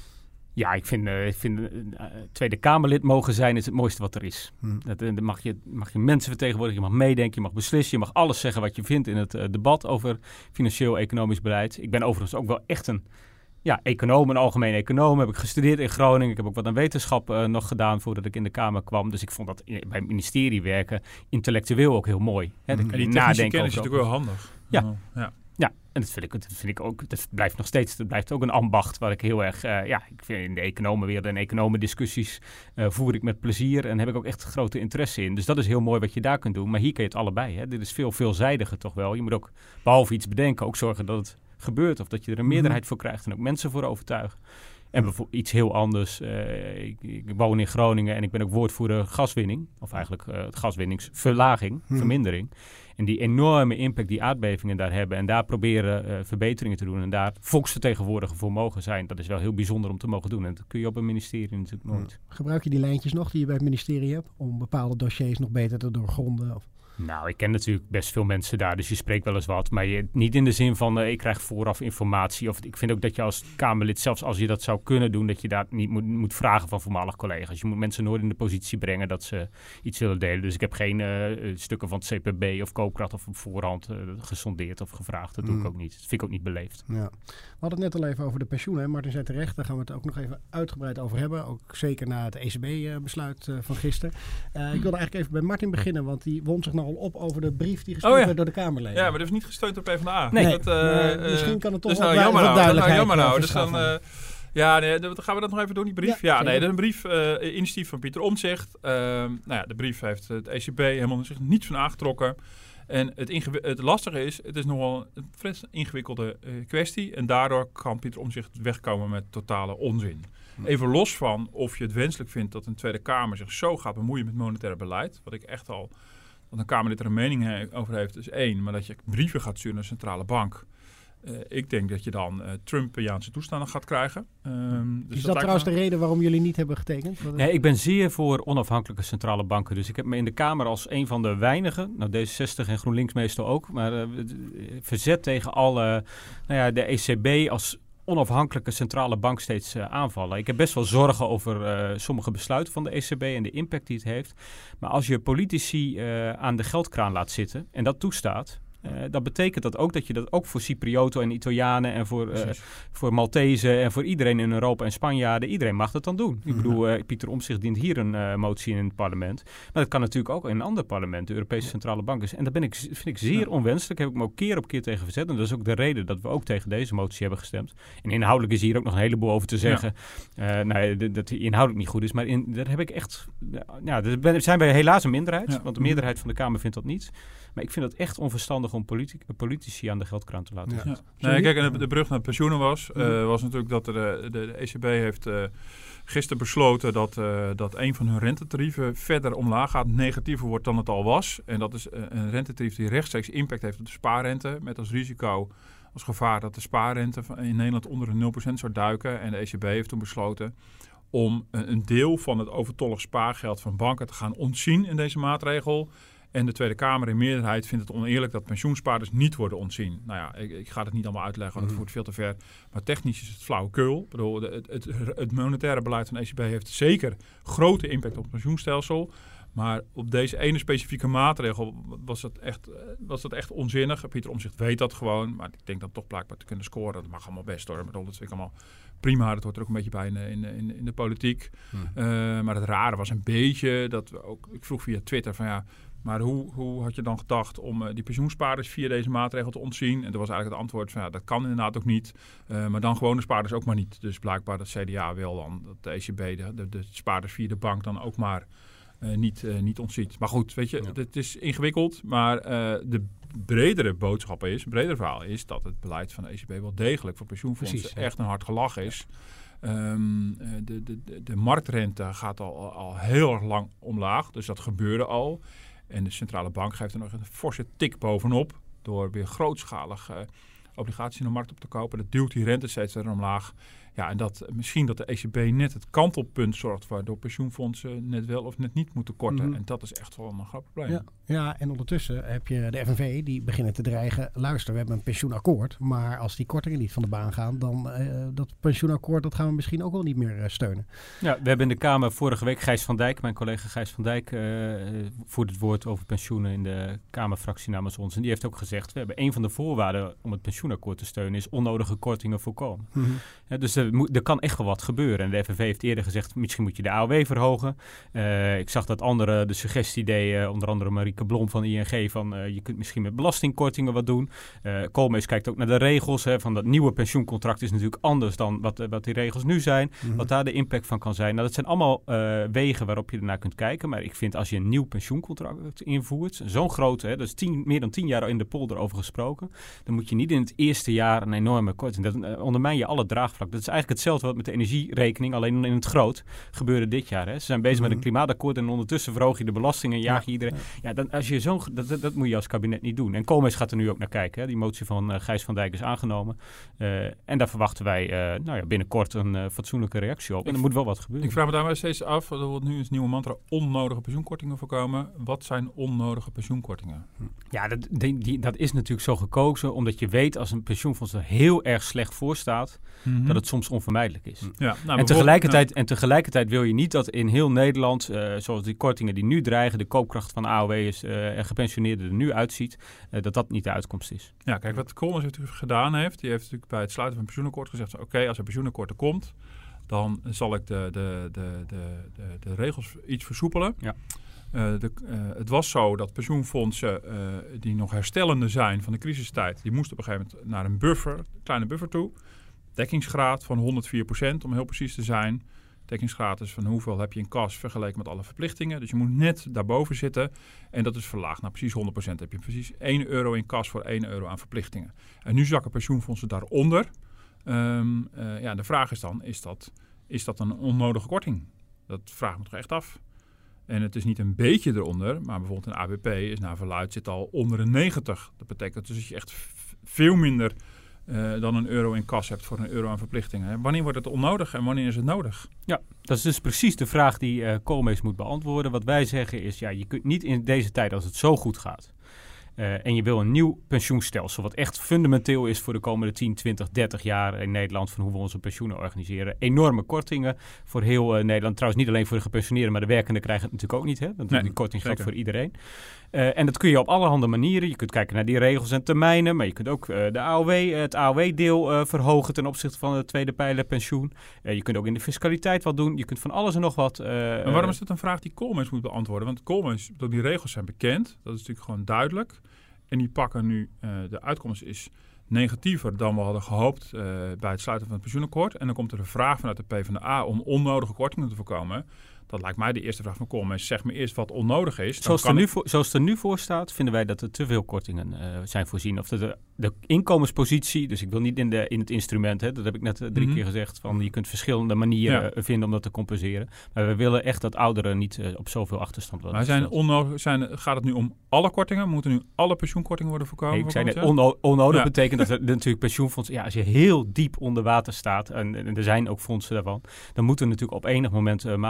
Ja, ik vind, uh, ik vind uh, Tweede Kamerlid mogen zijn is het mooiste wat er is. Hmm. Dat, uh, dan mag je, mag je mensen vertegenwoordigen, je mag meedenken, je mag beslissen, je mag alles zeggen wat je vindt in het uh, debat over financieel-economisch beleid. Ik ben overigens ook wel echt een ja, econoom, een algemeen econoom. Heb ik gestudeerd in Groningen. Ik heb ook wat aan wetenschap uh, nog gedaan voordat ik in de Kamer kwam. Dus ik vond dat in, bij het ministerie werken intellectueel ook heel mooi. Hè? Hmm. En die technische kennis is natuurlijk wel handig. Ja. Oh, ja. Ja, en dat vind ik, dat vind ik ook, dat blijft nog steeds, dat blijft ook een ambacht waar ik heel erg, uh, ja, ik vind in de economenwereld en economendiscussies uh, voer ik met plezier en heb ik ook echt grote interesse in. Dus dat is heel mooi wat je daar kunt doen, maar hier kun je het allebei. Hè. Dit is veel veelzijdiger toch wel. Je moet ook, behalve iets bedenken, ook zorgen dat het gebeurt of dat je er een meerderheid voor krijgt en ook mensen voor overtuigen. En bijvoorbeeld iets heel anders. Uh, ik, ik woon in Groningen en ik ben ook woordvoerder gaswinning. Of eigenlijk uh, gaswinningsverlaging, hmm. vermindering. En die enorme impact die aardbevingen daar hebben. En daar proberen uh, verbeteringen te doen. En daar volksvertegenwoordiger voor mogen zijn. Dat is wel heel bijzonder om te mogen doen. En dat kun je op een ministerie natuurlijk nooit. Gebruik je die lijntjes nog die je bij het ministerie hebt? Om bepaalde dossiers nog beter te doorgronden? Of? Nou, ik ken natuurlijk best veel mensen daar, dus je spreekt wel eens wat. Maar je, niet in de zin van, uh, ik krijg vooraf informatie. Of ik vind ook dat je als Kamerlid, zelfs als je dat zou kunnen doen, dat je daar niet moet, moet vragen van voormalig collega's. Je moet mensen nooit in de positie brengen dat ze iets willen delen. Dus ik heb geen uh, stukken van het C P B of Koopkracht of op voorhand uh, gesondeerd of gevraagd. Dat doe mm. ik ook niet. Dat vind ik ook niet beleefd. Ja. We hadden het net al even over de pensioenen. Martin zei terecht, daar gaan we het ook nog even uitgebreid over hebben. Ook zeker na het E C B-besluit uh, van gisteren. Uh, ik wilde eigenlijk even bij Martin beginnen, want die wond zich nogal op over de brief die gestuurd oh, ja. werd door de Kamerleden. Ja, maar dat is niet gesteund door PvdA. Nee, dat, uh, uh, misschien kan het toch dus wel nou, jammer nou, duidelijkheid nou, jammer nou. Dus dan, uh, ja, nee, dan gaan we dat nog even doen, die brief. Ja, ja nee, dat is een brief, uh, initiatief van Pieter Omtzigt. Uh, nou ja, de brief heeft het E C B helemaal zich niets van aangetrokken. En het, ingew- het lastige is, het is nogal een vrij ingewikkelde uh, kwestie. En daardoor kan Pieter Omtzigt wegkomen met totale onzin. Even los van of je het wenselijk vindt dat een Tweede Kamer zich zo gaat bemoeien met monetair beleid. Wat ik echt al, dat een Kamerlid er een mening he- over heeft, is één. Maar dat je brieven gaat sturen naar de centrale bank. Uh, ik denk dat je dan uh, Trumpiaanse toestanden gaat krijgen. Um, dus is dat, dat trouwens me... de reden waarom jullie niet hebben getekend? Nee, ik ben zeer voor onafhankelijke centrale banken. Dus ik heb me in de Kamer als een van de weinigen, nou D zesenzestig en GroenLinks meestal ook, maar uh, verzet tegen alle, nou ja, de E C B als onafhankelijke centrale bank steeds uh, aanvallen. Ik heb best wel zorgen over uh, sommige besluiten van de E C B en de impact die het heeft. Maar als je politici uh, aan de geldkraan laat zitten en dat toestaat, Uh, dat betekent dat ook dat je dat ook voor Cyprioten en Italianen en voor, uh, voor Maltezen en voor iedereen in Europa en Spanjaarden, iedereen mag dat dan doen. Mm-hmm. Ik bedoel, uh, Pieter Omtzigt dient hier een uh, motie in het parlement. Maar dat kan natuurlijk ook in een ander parlement, de Europese Centrale Bank. Dus, en dat ben ik, vind ik zeer ja. onwenselijk. Heb ik me ook keer op keer tegen verzet. En dat is ook de reden dat we ook tegen deze motie hebben gestemd. En inhoudelijk is hier ook nog een heleboel over te zeggen. Ja. Uh, nou, dat, dat inhoudelijk niet goed is. Maar in, daar heb ik echt... Ja, daar zijn wij helaas een minderheid. Ja. Want de meerderheid van de Kamer vindt dat niet. Maar ik vind het echt onverstandig om politi- politici aan de geldkraan te laten zetten. Ja. Nee, kijk, en de, de brug naar pensioenen was, uh, was natuurlijk dat de, de, de E C B heeft uh, gisteren besloten dat, uh, dat een van hun rentetarieven verder omlaag gaat, negatiever wordt dan het al was. En dat is uh, een rentetarief die rechtstreeks impact heeft op de spaarrente, met als risico, als gevaar dat de spaarrente in Nederland onder de nul procent zou duiken. En de E C B heeft toen besloten om een, een deel van het overtollig spaargeld van banken te gaan ontzien in deze maatregel. En de Tweede Kamer in meerderheid vindt het oneerlijk dat pensioenspaarders niet worden ontzien. Nou ja, ik, ik ga het niet allemaal uitleggen, want het voert veel te ver. Maar technisch is het flauwekul. Ik bedoel, het, het, het monetaire beleid van de E C B heeft zeker grote impact op het pensioenstelsel. Maar op deze ene specifieke maatregel was dat echt, was dat echt onzinnig. Pieter Omtzigt weet dat gewoon. Maar ik denk dat toch blijkbaar te kunnen scoren. Dat mag allemaal best hoor. Maar dat vind ik allemaal prima. Dat hoort er ook een beetje bij in de, in, in, in de politiek. Hmm. Uh, maar het rare was een beetje dat we ook... Ik vroeg via Twitter van ja... Maar hoe, hoe had je dan gedacht om uh, die pensioenspaarders via deze maatregel te ontzien? En toen was eigenlijk het antwoord van ja, dat kan inderdaad ook niet. Uh, maar dan gewone spaarders ook maar niet. Dus blijkbaar dat C D A wil dan dat de E C B de, de, de spaarders via de bank dan ook maar uh, niet, uh, niet ontziet. Maar goed, weet je, ja. Het is ingewikkeld. Maar uh, de bredere boodschap is, het bredere verhaal is dat het beleid van de E C B wel degelijk voor pensioenfondsen Precies, echt een hard gelach is. Ja. Um, de, de, de, de marktrente gaat al, al heel erg lang omlaag. Dus dat gebeurde al. En de centrale bank geeft er nog een forse tik bovenop door weer grootschalig uh, obligaties in de markt op te kopen. Dat duwt die rente steeds verder omlaag. Ja, en dat misschien dat de E C B net het kantelpunt zorgt waardoor pensioenfondsen net wel of net niet moeten korten. Mm-hmm. En dat is echt wel een groot probleem. Ja, ja, en ondertussen heb je de F N V die beginnen te dreigen. Luister, we hebben een pensioenakkoord. Maar als die kortingen niet van de baan gaan, dan uh, dat pensioenakkoord dat gaan we misschien ook wel niet meer uh, steunen. Ja, we hebben in de Kamer vorige week Gijs van Dijk, mijn collega Gijs van Dijk, uh, voert het woord over pensioenen in de Kamerfractie namens ons. En die heeft ook gezegd, we hebben een van de voorwaarden om het pensioenakkoord te steunen is onnodige kortingen voorkomen. Mm-hmm. Ja, dus uh, er kan echt wel wat gebeuren. En de F N V heeft eerder gezegd, misschien moet je de A O W verhogen. Uh, ik zag dat anderen de suggestie deden, onder andere Marieke Blom van I N G, van uh, je kunt misschien met belastingkortingen wat doen. Uh, Koolmees kijkt ook naar de regels. Hè, van dat nieuwe pensioencontract is natuurlijk anders dan wat, uh, wat die regels nu zijn. Mm-hmm. Wat daar de impact van kan zijn. Nou, dat zijn allemaal uh, wegen waarop je ernaar kunt kijken. Maar ik vind als je een nieuw pensioencontract invoert, zo'n grote, hè, dat is tien, meer dan tien jaar in de polder over gesproken, dan moet je niet in het eerste jaar een enorme korting. Dat uh, ondermijn je alle draagvlak. Dat is eigenlijk hetzelfde wat met de energierekening, alleen in het groot, gebeurde dit jaar. Hè. Ze zijn bezig mm-hmm. met een klimaatakkoord en ondertussen verhoog je de belastingen en jaag je iedereen. Ja, ja dan, als je zo'n, dat, dat, dat moet je als kabinet niet doen. En Koolmees gaat er nu ook naar kijken. Hè. Die motie van uh, Gijs van Dijk is aangenomen. Uh, en daar verwachten wij uh, nou ja, binnenkort een uh, fatsoenlijke reactie op. En er moet wel wat gebeuren. Ik vraag me daar maar steeds af, er wordt nu een nieuwe mantra, onnodige pensioenkortingen voorkomen. Wat zijn onnodige pensioenkortingen? Ja, dat, die, die, dat is natuurlijk zo gekozen, omdat je weet als een pensioenfonds er heel erg slecht voor staat, mm-hmm. dat het soms onvermijdelijk is. Ja, nou, en, tegelijkertijd, ja. en tegelijkertijd wil je niet dat in heel Nederland, uh, zoals die kortingen die nu dreigen, de koopkracht van A O W'ers uh, en gepensioneerden er nu uitziet, uh, dat dat niet de uitkomst is. Ja, kijk, wat Koolmees natuurlijk gedaan heeft, die heeft natuurlijk bij het sluiten van een pensioenakkoord gezegd, oké, okay, als er pensioenakkoord er komt, dan zal ik de, de, de, de, de, de regels iets versoepelen. Ja. Uh, de, uh, het was zo dat pensioenfondsen uh, die nog herstellende zijn van de crisistijd, die moesten op een gegeven moment naar een buffer, een kleine buffer toe. Dekkingsgraad van honderdvier procent, om heel precies te zijn. Dekkingsgraad is van hoeveel heb je in kas vergeleken met alle verplichtingen. Dus je moet net daarboven zitten. En dat is verlaagd naar precies honderd procent. Heb je precies één euro in kas voor één euro aan verplichtingen. En nu zakken pensioenfondsen daaronder. Um, uh, ja, de vraag is dan, is dat, is dat een onnodige korting? Dat vraag ik me toch echt af. En het is niet een beetje eronder, maar bijvoorbeeld een A B P is naar verluidt zit al onder een negentig. Dat betekent dus dat je echt f- veel minder uh, dan een euro in kas hebt voor een euro aan verplichtingen. Hè? Wanneer wordt het onnodig en wanneer is het nodig? Ja, dat is dus precies de vraag die uh, Koolmees moet beantwoorden. Wat wij zeggen is, ja, je kunt niet in deze tijd als het zo goed gaat, Uh, en je wil een nieuw pensioenstelsel, wat echt fundamenteel is voor de komende tien, twintig, dertig jaar in Nederland, van hoe we onze pensioenen organiseren. Enorme kortingen voor heel uh, Nederland. Trouwens niet alleen voor de gepensioneerden, maar de werkenden krijgen het natuurlijk ook niet. Hè? Want nee, die korting geldt voor iedereen. Uh, en dat kun je op allerhande manieren. Je kunt kijken naar die regels en termijnen, maar je kunt ook uh, de A O W, uh, het A O W-deel uh, verhogen ten opzichte van de tweede pijler pensioen. Uh, je kunt ook in de fiscaliteit wat doen. Je kunt van alles en nog wat. Uh, maar waarom is dat een vraag die Koolmees moet beantwoorden? Want Koolmees, die regels zijn bekend. Dat is natuurlijk gewoon duidelijk. En die pakken nu, uh, de uitkomst is negatiever dan we hadden gehoopt uh, bij het sluiten van het pensioenakkoord. En dan komt er een vraag vanuit de PvdA om onnodige kortingen te voorkomen. Dat lijkt mij de eerste vraag van Koolmees. Zeg me eerst wat onnodig is. Zoals, er nu ik... voor, zoals het er nu voor staat, vinden wij dat er te veel kortingen uh, zijn voorzien. Of de, de, de inkomenspositie, dus ik wil niet in, de, in het instrument, hè, dat heb ik net uh, drie mm-hmm. keer gezegd, van je kunt verschillende manieren ja. uh, vinden om dat te compenseren. Maar we willen echt dat ouderen niet uh, op zoveel achterstand worden. Maar zijn onnodig, zijn, gaat het nu om alle kortingen? Moeten nu alle pensioenkortingen worden voorkomen? Nee, ik zei net, onno- onnodig ja. betekent dat er natuurlijk pensioenfondsen, ja, als je heel diep onder water staat, en, en er zijn ook fondsen daarvan, dan moeten natuurlijk op enig moment uh, maatregelen worden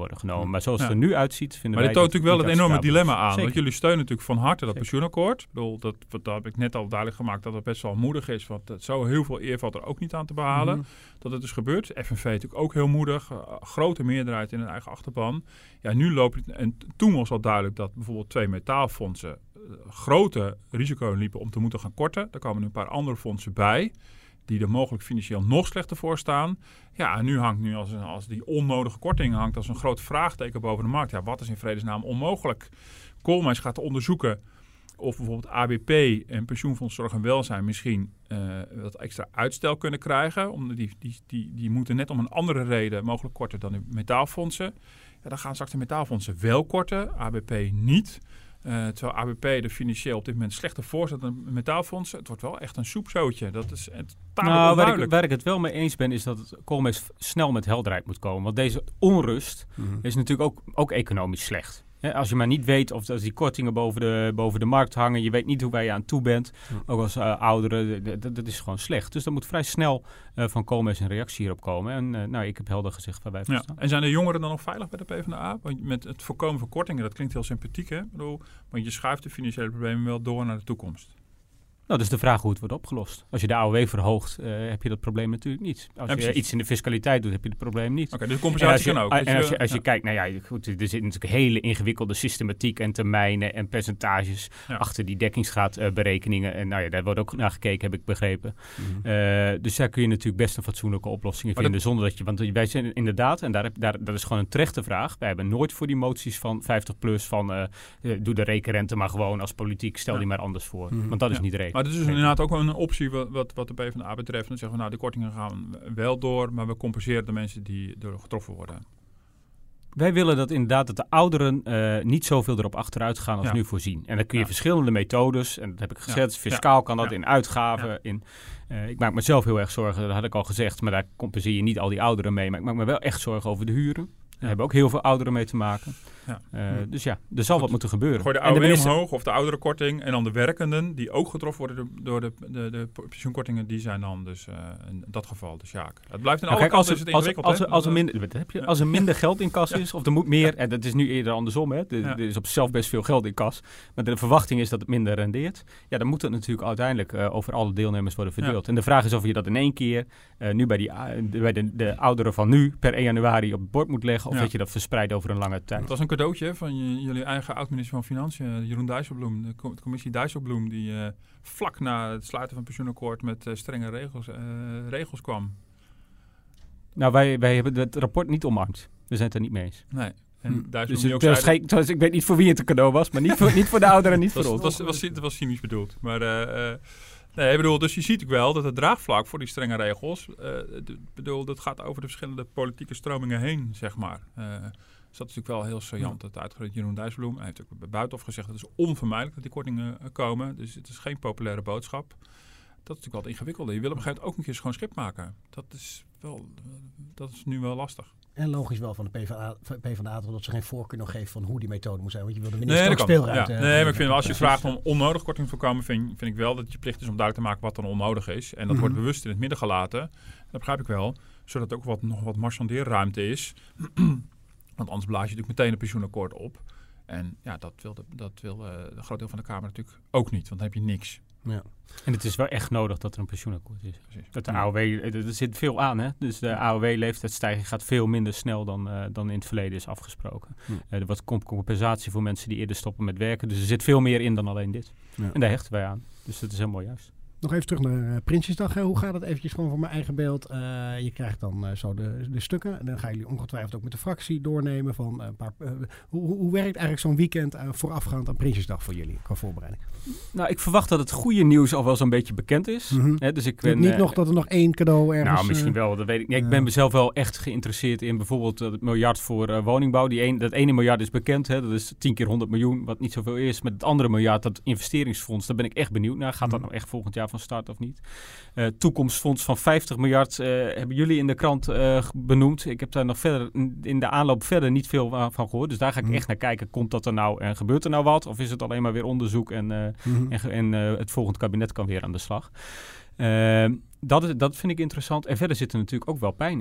worden genomen. Maar zoals ja. het er nu uitziet, vinden maar wij... Maar dit toont natuurlijk wel het enorme dilemma aan. Zeker. Want jullie steunen natuurlijk van harte dat Zeker. pensioenakkoord. Ik bedoel, dat, dat heb ik net al duidelijk gemaakt dat het best wel moedig is. Want het zo heel veel eer valt er ook niet aan te behalen. Mm-hmm. Dat het dus gebeurt. F N V natuurlijk ook heel moedig. Uh, grote meerderheid in hun eigen achterban. Ja, nu loopt het... En toen was al duidelijk dat bijvoorbeeld twee metaalfondsen grote risico liepen om te moeten gaan korten. Daar komen nu een paar andere fondsen bij, die er mogelijk financieel nog slechter voor staan. Ja, en nu hangt nu als, een, als die onnodige korting hangt als een groot vraagteken boven de markt. Ja, wat is in vredesnaam onmogelijk? Koolmees gaat onderzoeken of bijvoorbeeld A B P en Pensioenfonds Zorg en Welzijn misschien uh, wat extra uitstel kunnen krijgen. Omdat die, die, die, die moeten net om een andere reden mogelijk korter dan de metaalfondsen. Ja, dan gaan straks de metaalfondsen wel korten, A B P niet. Uh, terwijl A B P er financieel op dit moment slechter voor staat dan metaalfondsen. Het wordt wel echt een soepzootje. Dat is het nou, waar ik, waar ik het wel mee eens ben, is dat het Koolmees snel met helderheid moet komen. Want deze onrust mm-hmm. is natuurlijk ook, ook economisch slecht. He, als je maar niet weet of als die kortingen boven de, boven de markt hangen, je weet niet hoe waar je aan toe bent, mm. ook als uh, ouderen, d- d- dat is gewoon slecht. Dus dan moet vrij snel uh, van Koolmees een reactie hierop komen. En uh, nou, ik heb helder gezegd waar wij voor ja. staan. En zijn de jongeren dan nog veilig bij de PvdA? Want met het voorkomen van kortingen, dat klinkt heel sympathiek, hè? Ik bedoel, want je schuift de financiële problemen wel door naar de toekomst. Nou, dat is de vraag hoe het wordt opgelost. Als je de A O W verhoogt, uh, heb je dat probleem natuurlijk niet. Als ja, je iets in de fiscaliteit doet, heb je het probleem niet. Oké, okay, dus compensatie kan ook. En je, als je, als ja. je kijkt, nou ja, goed, er zit natuurlijk hele ingewikkelde systematiek en termijnen en percentages ja. achter die dekkingsgraadberekeningen. Uh, en nou ja, daar wordt ook naar gekeken, heb ik begrepen. Mm-hmm. Uh, dus daar kun je natuurlijk best een fatsoenlijke oplossingen maar vinden. Dat... Zonder dat je, want wij zijn inderdaad, en daar heb, daar, dat is gewoon een terechte vraag. Wij hebben nooit voor die moties van vijftig plus van uh, uh, doe de rekenrente maar gewoon als politiek, stel ja. die maar anders voor. Mm-hmm. Want dat is ja. niet de reden. Maar dat is dus inderdaad ook een optie wat, wat, wat de PvdA betreft. Dan zeggen we, nou, de kortingen gaan wel door, maar we compenseren de mensen die door getroffen worden. Wij willen dat inderdaad dat de ouderen uh, niet zoveel erop achteruit gaan als ja. nu voorzien. En dan kun je ja. verschillende methodes, en dat heb ik gezegd, ja. fiscaal kan dat, ja. in uitgaven. Ja. In, uh, ik maak me zelf heel erg zorgen, dat had ik al gezegd, maar daar compenseer je niet al die ouderen mee. Maar ik maak me wel echt zorgen over de huren. Daar hebben ook heel veel ouderen mee te maken. Ja. Uh, ja. Dus ja, er zal Goed. wat moeten gebeuren. Gooi de A O W minister... omhoog of de ouderenkorting. En dan de werkenden die ook getroffen worden door de, de, de pensioenkortingen. Die zijn dan dus uh, in dat geval de sjaak. Het blijft in nou, alle kanten het ingewikkeld. Als, als, als, er minder, heb je, als er minder geld in kas is, of er moet meer. En dat is nu eerder andersom. Hè. Er, ja. er is op zichzelf best veel geld in kas. Maar de verwachting is dat het minder rendeert. Ja, dan moet het natuurlijk uiteindelijk uh, over alle deelnemers worden verdeeld. Ja. En de vraag is of je dat in één keer uh, nu bij, die, uh, bij de, de ouderen van nu per één januari op het bord moet leggen. Of ja. dat je dat verspreidt over een lange tijd. Het was een cadeautje van je, jullie eigen oud-minister van Financiën, Jeroen Dijsselbloem. De, de commissie Dijsselbloem, die uh, vlak na het sluiten van het pensioenakkoord met uh, strenge regels, uh, regels kwam. Nou, wij, wij hebben het rapport niet omarmd. We zijn het er niet mee eens. Nee. En hm. dus het, ook dus zei geen, dus ik weet niet voor wie het een cadeau was, maar niet voor, niet voor de ouderen en niet voor ons. Dat was, was, was cynisch bedoeld. Maar uh, uh, nee, ik bedoel, dus je ziet ook wel dat het draagvlak voor die strenge regels, uh, de, bedoel, dat gaat over de verschillende politieke stromingen heen, zeg maar. Uh, Dus dat is natuurlijk wel heel saillant. Dat uitgerekend Jeroen Dijsselbloem. Hij heeft ook bij Buitenhof gezegd dat het is onvermijdelijk dat die kortingen uh, komen. Dus het is geen populaire boodschap. Dat is natuurlijk wel het ingewikkelde. Je wil op een gegeven moment ook een keer schoon schip maken. Dat is, wel, uh, dat is nu wel lastig. En logisch wel van de PvdA, PvdA dat ze geen voorkeur nog geven van hoe die methode moet zijn. Want je wil de minister nee, ook speelruimte. Ja. Nee, maar ik vind wel, als je vraagt om onnodig korting te voorkomen, vind, vind ik wel dat het je plicht is om duidelijk te maken wat dan onnodig is. En dat mm-hmm. wordt bewust in het midden gelaten. Dat begrijp ik wel. Zodat er ook wat, nog wat marchandeerruimte is. Want anders blaas je natuurlijk meteen een pensioenakkoord op. En ja, dat wil, de, dat wil uh, een groot deel van de Kamer natuurlijk ook niet. Want dan heb je niks. Ja. En het is wel echt nodig dat er een pensioenakkoord is. Precies. Dat de ja. A O W, er zit veel aan, hè? Dus de A O W-leeftijdsstijging gaat veel minder snel dan, uh, dan in het verleden is afgesproken. Ja. Uh, er wordt compensatie voor mensen die eerder stoppen met werken. Dus er zit veel meer in dan alleen dit. Ja. En daar hechten wij aan. Dus dat is helemaal juist. Nog even terug naar uh, Prinsjesdag. Hè. Hoe gaat het eventjes gewoon voor mijn eigen beeld? Uh, je krijgt dan uh, zo de, de stukken. En dan gaan jullie ongetwijfeld ook met de fractie doornemen. Van, uh, een paar, uh, hoe, hoe werkt eigenlijk zo'n weekend uh, voorafgaand aan Prinsjesdag voor jullie qua voorbereiding? Nou, ik verwacht dat het goede nieuws al wel zo'n beetje bekend is. Mm-hmm. Hè, dus ik ben, niet uh, nog dat er nog één cadeau ergens... Nou, misschien wel. Dat weet ik. Ja, ik ben mezelf wel echt geïnteresseerd in bijvoorbeeld het miljard voor uh, woningbouw. Die een, dat ene miljard is bekend. Hè, dat is tien keer honderd miljoen, wat niet zoveel is. Met het andere miljard, dat investeringsfonds, daar ben ik echt benieuwd naar. Gaat mm-hmm. dat nou echt volgend jaar van start of niet? Uh, toekomstfonds van vijftig miljard uh, hebben jullie in de krant uh, benoemd. Ik heb daar nog verder in de aanloop verder niet veel van gehoord. Dus daar ga ik mm. echt naar kijken. Komt dat er nou en gebeurt er nou wat? Of is het alleen maar weer onderzoek en, uh, mm-hmm. en, en uh, het volgende kabinet kan weer aan de slag? Uh, dat, dat vind ik interessant. En verder zit er natuurlijk ook wel pijn in.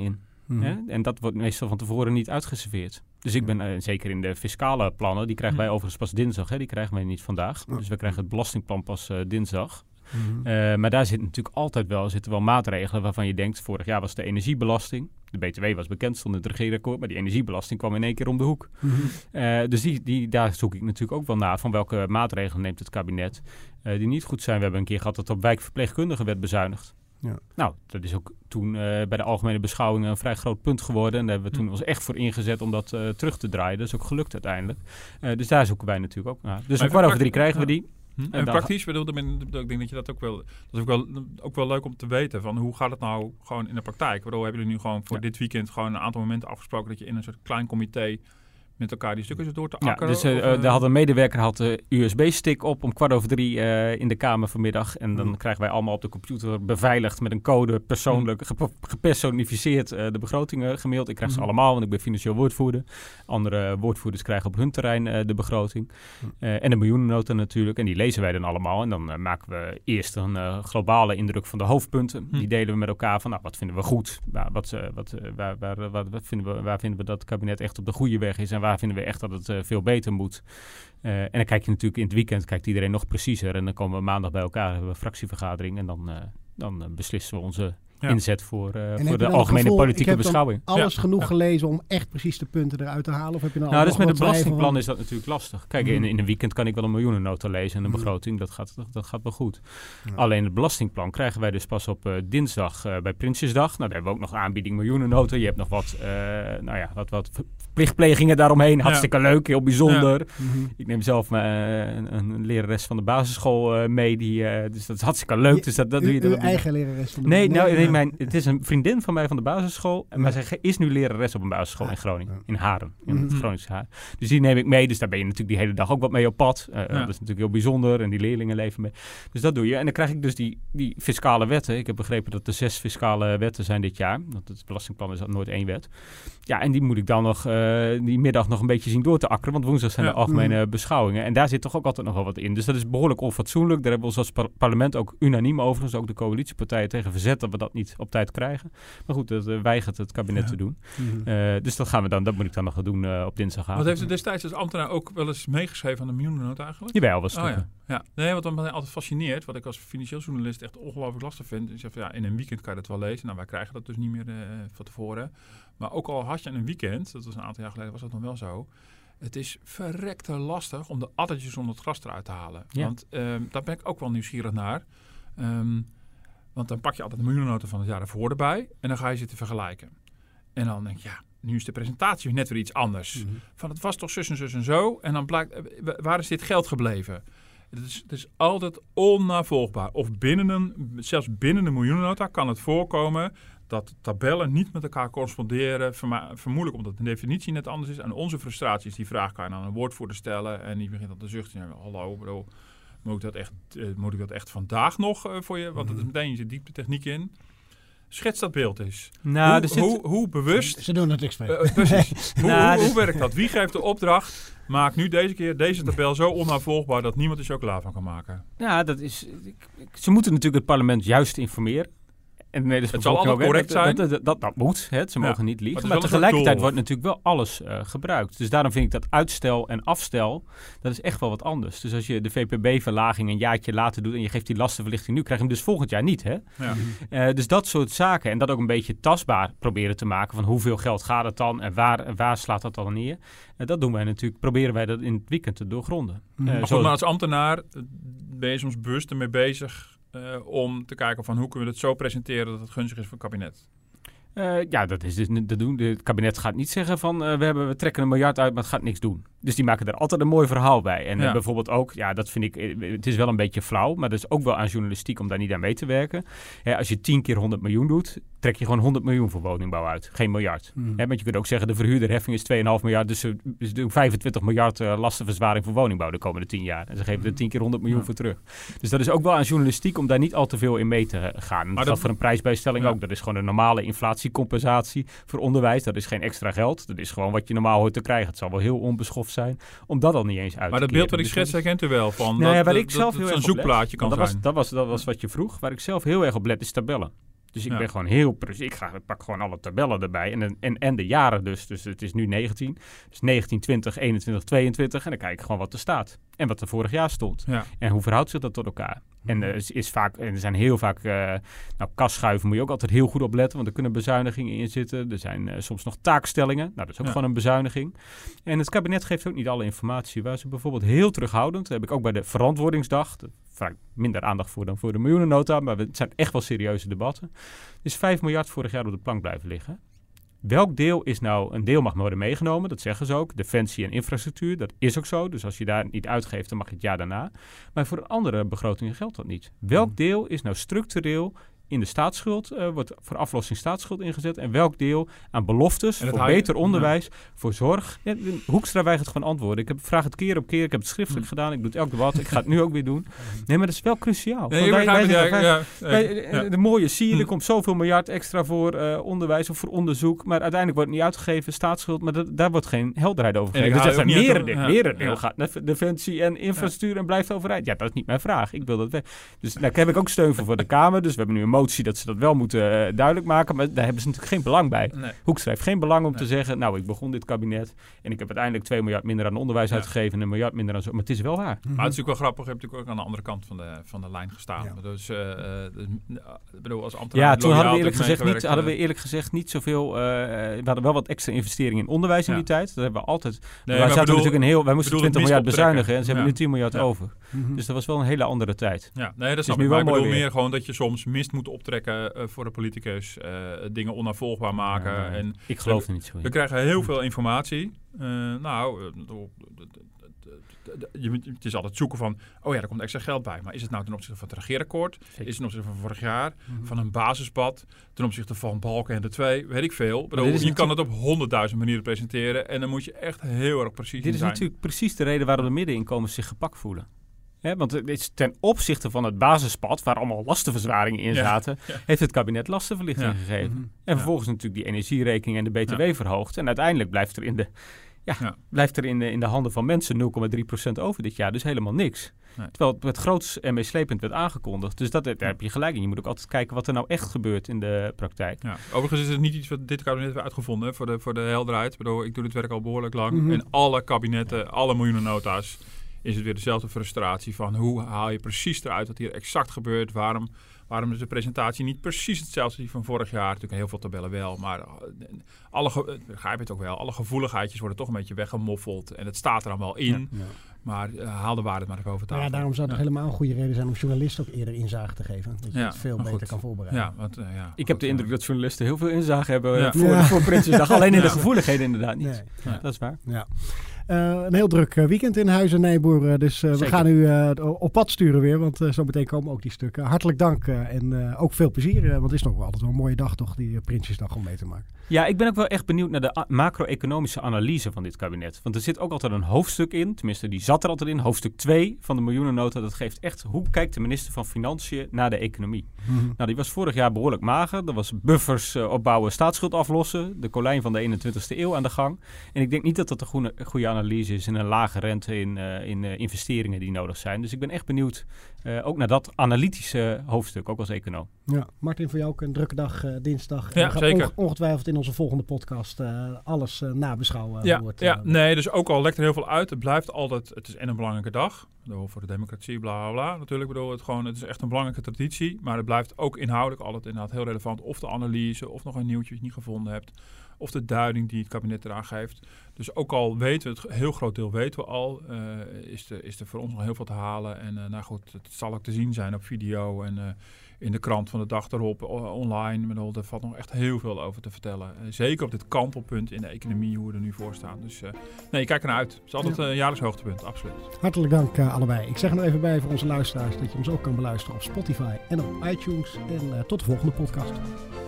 Mm. Hè? En dat wordt meestal van tevoren niet uitgeserveerd. Dus ik ben uh, zeker in de fiscale plannen, die krijgen wij overigens pas dinsdag. Hè? Die krijgen wij niet vandaag. Dus we krijgen het belastingplan pas uh, dinsdag. Mm-hmm. Uh, maar daar zitten natuurlijk altijd wel, zitten wel maatregelen waarvan je denkt, vorig jaar was de energiebelasting. De B T W was bekend, stond in het regeerakkoord, maar die energiebelasting kwam in één keer om de hoek. Mm-hmm. Uh, dus die, die, daar zoek ik natuurlijk ook wel naar, van welke maatregelen neemt het kabinet uh, die niet goed zijn. We hebben een keer gehad dat op wijkverpleegkundigen werd bezuinigd. Ja. Nou, dat is ook toen uh, bij de algemene beschouwing een vrij groot punt geworden. En daar hebben we toen mm. ons echt voor ingezet om dat uh, terug te draaien. Dat is ook gelukt uiteindelijk. Uh, dus daar zoeken wij natuurlijk ook naar. Dus om kwart over drie krijgen we die. Hm? En, en praktisch, bedoel, ik denk dat je dat ook wel, dat is ook wel, ook wel leuk om te weten, van hoe gaat het nou gewoon in de praktijk? Waardoor hebben jullie nu gewoon voor ja. dit weekend gewoon een aantal momenten afgesproken dat je in een soort klein comité met elkaar die stukken door te akkeren? Ja, dus uh, uh, daar had een medewerker had de U S B-stick op om kwart over drie uh, in de Kamer vanmiddag. En dan mm. krijgen wij allemaal op de computer beveiligd met een code persoonlijk mm. gep- gepersonificeerd uh, de begrotingen gemaild. Ik krijg mm. ze allemaal, want ik ben financieel woordvoerder. Andere woordvoerders krijgen op hun terrein uh, de begroting. Mm. Uh, en de miljoenennota natuurlijk. En die lezen wij dan allemaal. En dan uh, maken we eerst een uh, globale indruk van de hoofdpunten. Mm. Die delen we met elkaar van, nou, wat vinden we goed? Waar, wat, uh, wat, uh, waar, waar, waar, wat vinden we, waar vinden we dat het kabinet echt op de goede weg is? En waar vinden we echt dat het uh, veel beter moet. Uh, en dan kijk je natuurlijk in het weekend, kijkt iedereen nog preciezer. En dan komen we maandag bij elkaar, hebben we een fractievergadering. En dan, uh, dan uh, beslissen we onze ja. inzet voor, uh, voor de algemene gevoel, politieke ik heb beschouwing. Alles ja. genoeg ja. gelezen om echt precies de punten eruit te halen? Of heb je nou, nou dus met het belastingplan van... is dat natuurlijk lastig. Kijk, in, in een weekend kan ik wel een miljoenennota lezen en een mm. begroting. Dat gaat, dat, dat gaat wel goed. Ja. Alleen het belastingplan krijgen wij dus pas op uh, dinsdag uh, bij Prinsjesdag. Nou, daar hebben we ook nog aanbieding miljoenennota. Je hebt nog wat, uh, nou ja, wat, wat plichtplegingen daaromheen. Hartstikke ja. leuk, heel bijzonder. Ja. Mm-hmm. Ik neem zelf uh, een, een lerares van de basisschool uh, mee. Die, uh, dus dat is hartstikke leuk. Je, dus dat, dat u, doe je dan uw eigen lerares van de nee, nou, nee, mijn, het is een vriendin van mij van de basisschool. Maar ja. zij is nu lerares op een basisschool in Groningen. In Haren. In mm-hmm. het Groningse Haren. Dus die neem ik mee. Dus daar ben je natuurlijk die hele dag ook wat mee op pad. Uh, ja. Dat is natuurlijk heel bijzonder. En die leerlingen leven mee. Dus dat doe je. En dan krijg ik dus die, die fiscale wetten. Ik heb begrepen dat er zes fiscale wetten zijn dit jaar. Want het belastingplan is nooit één wet. Ja, en die moet ik dan nog uh, die middag nog een beetje zien door te akkeren. Want woensdag zijn ja. de algemene mm. beschouwingen. En daar zit toch ook altijd nog wel wat in. Dus dat is behoorlijk onfatsoenlijk. Daar hebben we ons als par- parlement ook unaniem overigens, ook de coalitiepartijen tegen verzet dat we dat niet op tijd krijgen. Maar goed, dat uh, weigert het kabinet ja. te doen. Mm-hmm. Uh, dus dat gaan we dan, dat moet ik dan nog gaan doen uh, op dinsdagavond. Wat heeft u destijds als ambtenaar ook wel eens meegeschreven aan de miljoenennota eigenlijk? Jawel, was oh, ja. ja. Nee, wat me altijd fascineert, wat ik als financieel journalist echt ongelooflijk lastig vind, is van, ja, in een weekend kan je dat wel lezen. Nou, wij krijgen dat dus niet meer uh, van tevoren. Maar ook al had je een weekend, dat was een aantal jaar geleden, was dat nog wel zo. Het is verrekte lastig om de addertjes onder het gras eruit te halen. Ja. Want um, daar ben ik ook wel nieuwsgierig naar. Um, want dan pak je altijd de miljoenennota van het jaar ervoor erbij. En dan ga je zitten vergelijken. En dan denk je, ja, nu is de presentatie net weer iets anders. Mm-hmm. Van het was toch zus en zus en zo. En dan blijkt, waar is dit geld gebleven? Het is, het is altijd onnavolgbaar. Of binnen een, zelfs binnen een miljoenennota kan het voorkomen dat tabellen niet met elkaar corresponderen. Verma- vermoedelijk omdat de definitie net anders is. En onze frustratie is die vraag kan je aan een woordvoerder stellen. En die begint dan te zuchten. Ja, hallo, bro, moet ik dat echt, uh, moet ik dat echt vandaag nog uh, voor je? Want het is meteen, je zit diep de techniek in. Schets dat beeld eens. Nou, hoe, er zit... hoe, hoe bewust... Ze doen het expres. Uh, precies. hoe, nou, hoe, hoe werkt dat? Wie geeft de opdracht? Maak nu deze keer deze tabel zo onnavolgbaar dat niemand er chocola van kan maken. Ja, dat is... Ik, ik, ze moeten natuurlijk het parlement juist informeren. En nee, dus het zal altijd correct dat, zijn. Dat, dat, dat, dat moet, hè. Ze mogen ja, niet liegen. Maar, maar tegelijkertijd wordt natuurlijk wel alles uh, gebruikt. Dus daarom vind ik dat uitstel en afstel, dat is echt wel wat anders. Dus als je de V P B-verlaging een jaartje later doet en je geeft die lastenverlichting nu, krijg je hem dus volgend jaar niet, hè. Ja. Uh, dus dat soort zaken. En dat ook een beetje tastbaar proberen te maken van hoeveel geld gaat het dan en waar, waar slaat dat dan neer. Uh, dat doen wij natuurlijk, proberen wij dat in het weekend te doorgronden. Mm. Uh, maar, goed, maar als ambtenaar ben je soms bewust ermee bezig Uh, om te kijken van hoe kunnen we het zo presenteren dat het gunstig is voor het kabinet? Uh, ja, dat is dus te doen. Het kabinet gaat niet zeggen van uh, we, hebben, we trekken een miljard uit, maar het gaat niks doen. Dus die maken er altijd een mooi verhaal bij. En ja. uh, bijvoorbeeld ook, ja, dat vind ik, het is wel een beetje flauw, maar dat is ook wel aan journalistiek om daar niet aan mee te werken. Ja, als je tien keer honderd miljoen doet, trek je gewoon honderd miljoen voor woningbouw uit. Geen miljard. Hmm. Ja, want je kunt ook zeggen, de verhuurderheffing is twee komma vijf miljard, dus ze, ze doen vijfentwintig miljard uh, lastenverzwaring voor woningbouw de komende tien jaar. En ze geven er tien keer honderd miljoen ja. voor terug. Dus dat is ook wel aan journalistiek om daar niet al te veel in mee te gaan. En dat geldt voor een prijsbijstelling ja. ook. Dat is gewoon een normale inflatiecompensatie voor onderwijs. Dat is geen extra geld. Dat is gewoon wat je normaal hoort te krijgen. Het zal wel heel onbeschoft zijn om dat al niet eens uit te Maar dat beeld wat ik schets herkent u wel van. Nou ja, dat, waar dat, ik zelf dat, heel dat erg een zoekplaatje kan dat zijn. Was, dat, was, dat was wat je vroeg. Waar ik zelf heel erg op let is tabellen. Dus ik ja. ben gewoon heel precies. Ik, ga, ik pak gewoon alle tabellen erbij. En, en, en de jaren dus. Dus het is nu negentien. Dus negentien, twintig, eenentwintig, tweeëntwintig. En dan kijk ik gewoon wat er staat. En wat er vorig jaar stond. Ja. En hoe verhoudt zich dat tot elkaar? En uh, is, is vaak, en er zijn heel vaak... Uh, nou, kasschuiven moet je ook altijd heel goed op letten. Want er kunnen bezuinigingen in zitten. Er zijn uh, soms nog taakstellingen. Nou, dat is ook ja. gewoon een bezuiniging. En het kabinet geeft ook niet alle informatie. Waar ze bijvoorbeeld heel terughoudend... Dat heb ik ook bij de verantwoordingsdag... Vaak minder aandacht voor dan voor de miljoenennota. Maar het zijn echt wel serieuze debatten. Er is vijf miljard vorig jaar op de plank blijven liggen. Welk deel is nou... Een deel mag worden meegenomen, dat zeggen ze ook. Defensie en infrastructuur, dat is ook zo. Dus als je daar niet uitgeeft, dan mag je het jaar daarna. Maar voor andere begrotingen geldt dat niet. Welk deel is nou structureel... in de staatsschuld, uh, wordt voor aflossing staatsschuld ingezet. En welk deel aan beloftes voor haal je, beter onderwijs, ja. voor zorg. Ja, Hoekstra weigert gewoon antwoorden. Ik heb, vraag het keer op keer, ik heb het schriftelijk hm. gedaan. Ik doe het elk debat, ik ga het nu ook weer doen. Nee, maar dat is wel cruciaal. Nee, wij, wij ja, wij, ja, wij, ja. De mooie zie je, er komt zoveel miljard extra voor uh, onderwijs of voor onderzoek. Maar uiteindelijk wordt het niet uitgegeven, staatsschuld. Maar dat, daar wordt geen helderheid over gegeven. Dus dat zijn merendeel ja, merendeel ja. gaat naar defensie en infrastructuur ja. en blijft overheid. Ja, dat is niet mijn vraag. Ik wil dat weg. Dus daar heb ik ook steun voor voor de Kamer. Dus we hebben nu een motie dat ze dat wel moeten uh, duidelijk maken. Maar daar hebben ze natuurlijk geen belang bij. Nee. Hoekstra heeft geen belang om nee. te zeggen... nou, ik begon dit kabinet... en ik heb uiteindelijk twee miljard minder aan onderwijs ja. uitgegeven... en een miljard minder aan zo. Maar het is wel waar. Mm-hmm. Maar het is natuurlijk wel grappig. Je hebt natuurlijk ook aan de andere kant van de, van de lijn gestaan. Ja. Dus, uh, dus, ik bedoel, als ambtenaar... Ja, toen hadden we eerlijk gezegd niet, hadden we eerlijk gezegd niet zoveel... Uh, we hadden wel wat extra investeringen in onderwijs in ja. die tijd. Dat hebben we altijd... Nee, wij, zaten bedoel, natuurlijk een heel, wij moesten twintig miljard bezuinigen... en ze ja. hebben nu tien miljard ja. over. Mm-hmm. Dus dat was wel een hele andere tijd. Ja, nee, dat is nu wel ik bedoel weer. meer gewoon dat je soms mist moet optrekken... Uh, voor de politicus, uh, dingen onafvolgbaar maken. Ja, nee. en ik geloof er niet zo in. We krijgen heel veel informatie. Uh, nou, uh, je, het is altijd zoeken van, oh ja, er komt extra geld bij. Maar is het nou ten opzichte van het regeerakkoord? Zeker. Is het ten opzichte van vorig jaar? Mm-hmm. Van een basispad? Ten opzichte van Balkenende twee? Weet ik veel. Bedoel, je natuurlijk... kan het op honderdduizend manieren presenteren. En dan moet je echt heel erg precies Dit is zijn. natuurlijk precies de reden waarom de middeninkomens zich gepakt voelen. He, want het is ten opzichte van het basispad, waar allemaal lastenverzwaringen in zaten, ja, ja. heeft het kabinet lastenverlichting ja. gegeven. Mm-hmm. En vervolgens ja. natuurlijk die energierekening en de B T W ja. verhoogd. En uiteindelijk blijft er in de, ja, ja. blijft er in de, in de handen van mensen nul komma drie procent over dit jaar. Dus helemaal niks. Nee. Terwijl het groots en meeslepend werd aangekondigd. Dus dat, daar heb je gelijk in. Je moet ook altijd kijken wat er nou echt gebeurt in de praktijk. Ja. Overigens is het niet iets wat dit kabinet heeft uitgevonden, hè, voor, de, voor de helderheid. Ik bedoel, ik doe dit werk al behoorlijk lang. Mm-hmm. En alle kabinetten, alle miljoenennota's, is het weer dezelfde frustratie van hoe haal je precies eruit wat hier exact gebeurt. Waarom, waarom is de presentatie niet precies hetzelfde als die van vorig jaar? Natuurlijk heel veel tabellen wel, maar alle, ge- begrijp je het ook wel, alle gevoeligheidjes worden toch een beetje weggemoffeld. En het staat er dan wel in, ja, ja. maar uh, haal de waarde maar even over tafel. Ja, daarom zou het ja. helemaal een goede reden zijn om journalisten ook eerder inzage te geven. Dat je ja, het veel beter goed. kan voorbereiden. Ja, want, uh, ja, ik goed, heb de indruk uh, dat journalisten heel veel inzage hebben ja. voor, ja. voor Prinsjesdag. Alleen in ja. de gevoeligheden inderdaad niet. Nee. Ja, dat is waar. Ja. Uh, een heel druk uh, weekend in Huizen Nijboer. Dus uh, we gaan u uh, op pad sturen weer. Want uh, zo meteen komen ook die stukken. Hartelijk dank uh, en uh, ook veel plezier. Uh, want het is nog wel altijd wel een mooie dag toch, die uh, Prinsjesdag om mee te maken. Ja, ik ben ook wel echt benieuwd naar de a- macro-economische analyse van dit kabinet. Want er zit ook altijd een hoofdstuk in. Tenminste, die zat er altijd in. Hoofdstuk twee van de miljoenennota. Dat geeft echt, hoe kijkt de minister van Financiën naar de economie? Mm-hmm. Nou, die was vorig jaar behoorlijk mager. Er was buffers uh, opbouwen, staatsschuld aflossen. De kolijn van de eenentwintigste eeuw aan de gang. En ik denk niet dat dat een goede, goede analyse is in een lage rente in, uh, in uh, investeringen die nodig zijn. Dus ik ben echt benieuwd uh, ook naar dat analytische hoofdstuk, ook als econoom. Ja, Martin, voor jou ook een drukke dag uh, dinsdag. Ja, we gaan zeker. Onge- ongetwijfeld in onze volgende podcast uh, alles uh, nabeschouwen. Ja, wordt, ja uh, nee, dus ook al lekt er heel veel uit. Het blijft altijd, het is en een belangrijke dag. Voor de democratie, bla bla bla. Natuurlijk bedoel het gewoon, het is echt een belangrijke traditie. Maar het blijft ook inhoudelijk altijd inderdaad heel relevant. Of de analyse, of nog een nieuwtje dat je niet gevonden hebt. Of de duiding die het kabinet eraan geeft. Dus ook al weten we het, een heel groot deel weten we al, uh, is, er, is er voor ons nog heel veel te halen. En uh, nou goed, het zal ook te zien zijn op video en uh, in de krant van de dag erop, online. Bedoel, er valt nog echt heel veel over te vertellen. Uh, zeker op dit kantelpunt in de economie, hoe we er nu voor staan. Dus uh, nee, kijk ernaar uit. Het is altijd ja. een jaarlijks hoogtepunt, absoluut. Hartelijk dank uh, allebei. Ik zeg er nog even bij voor onze luisteraars dat je ons ook kan beluisteren op Spotify en op iTunes. En uh, tot de volgende podcast.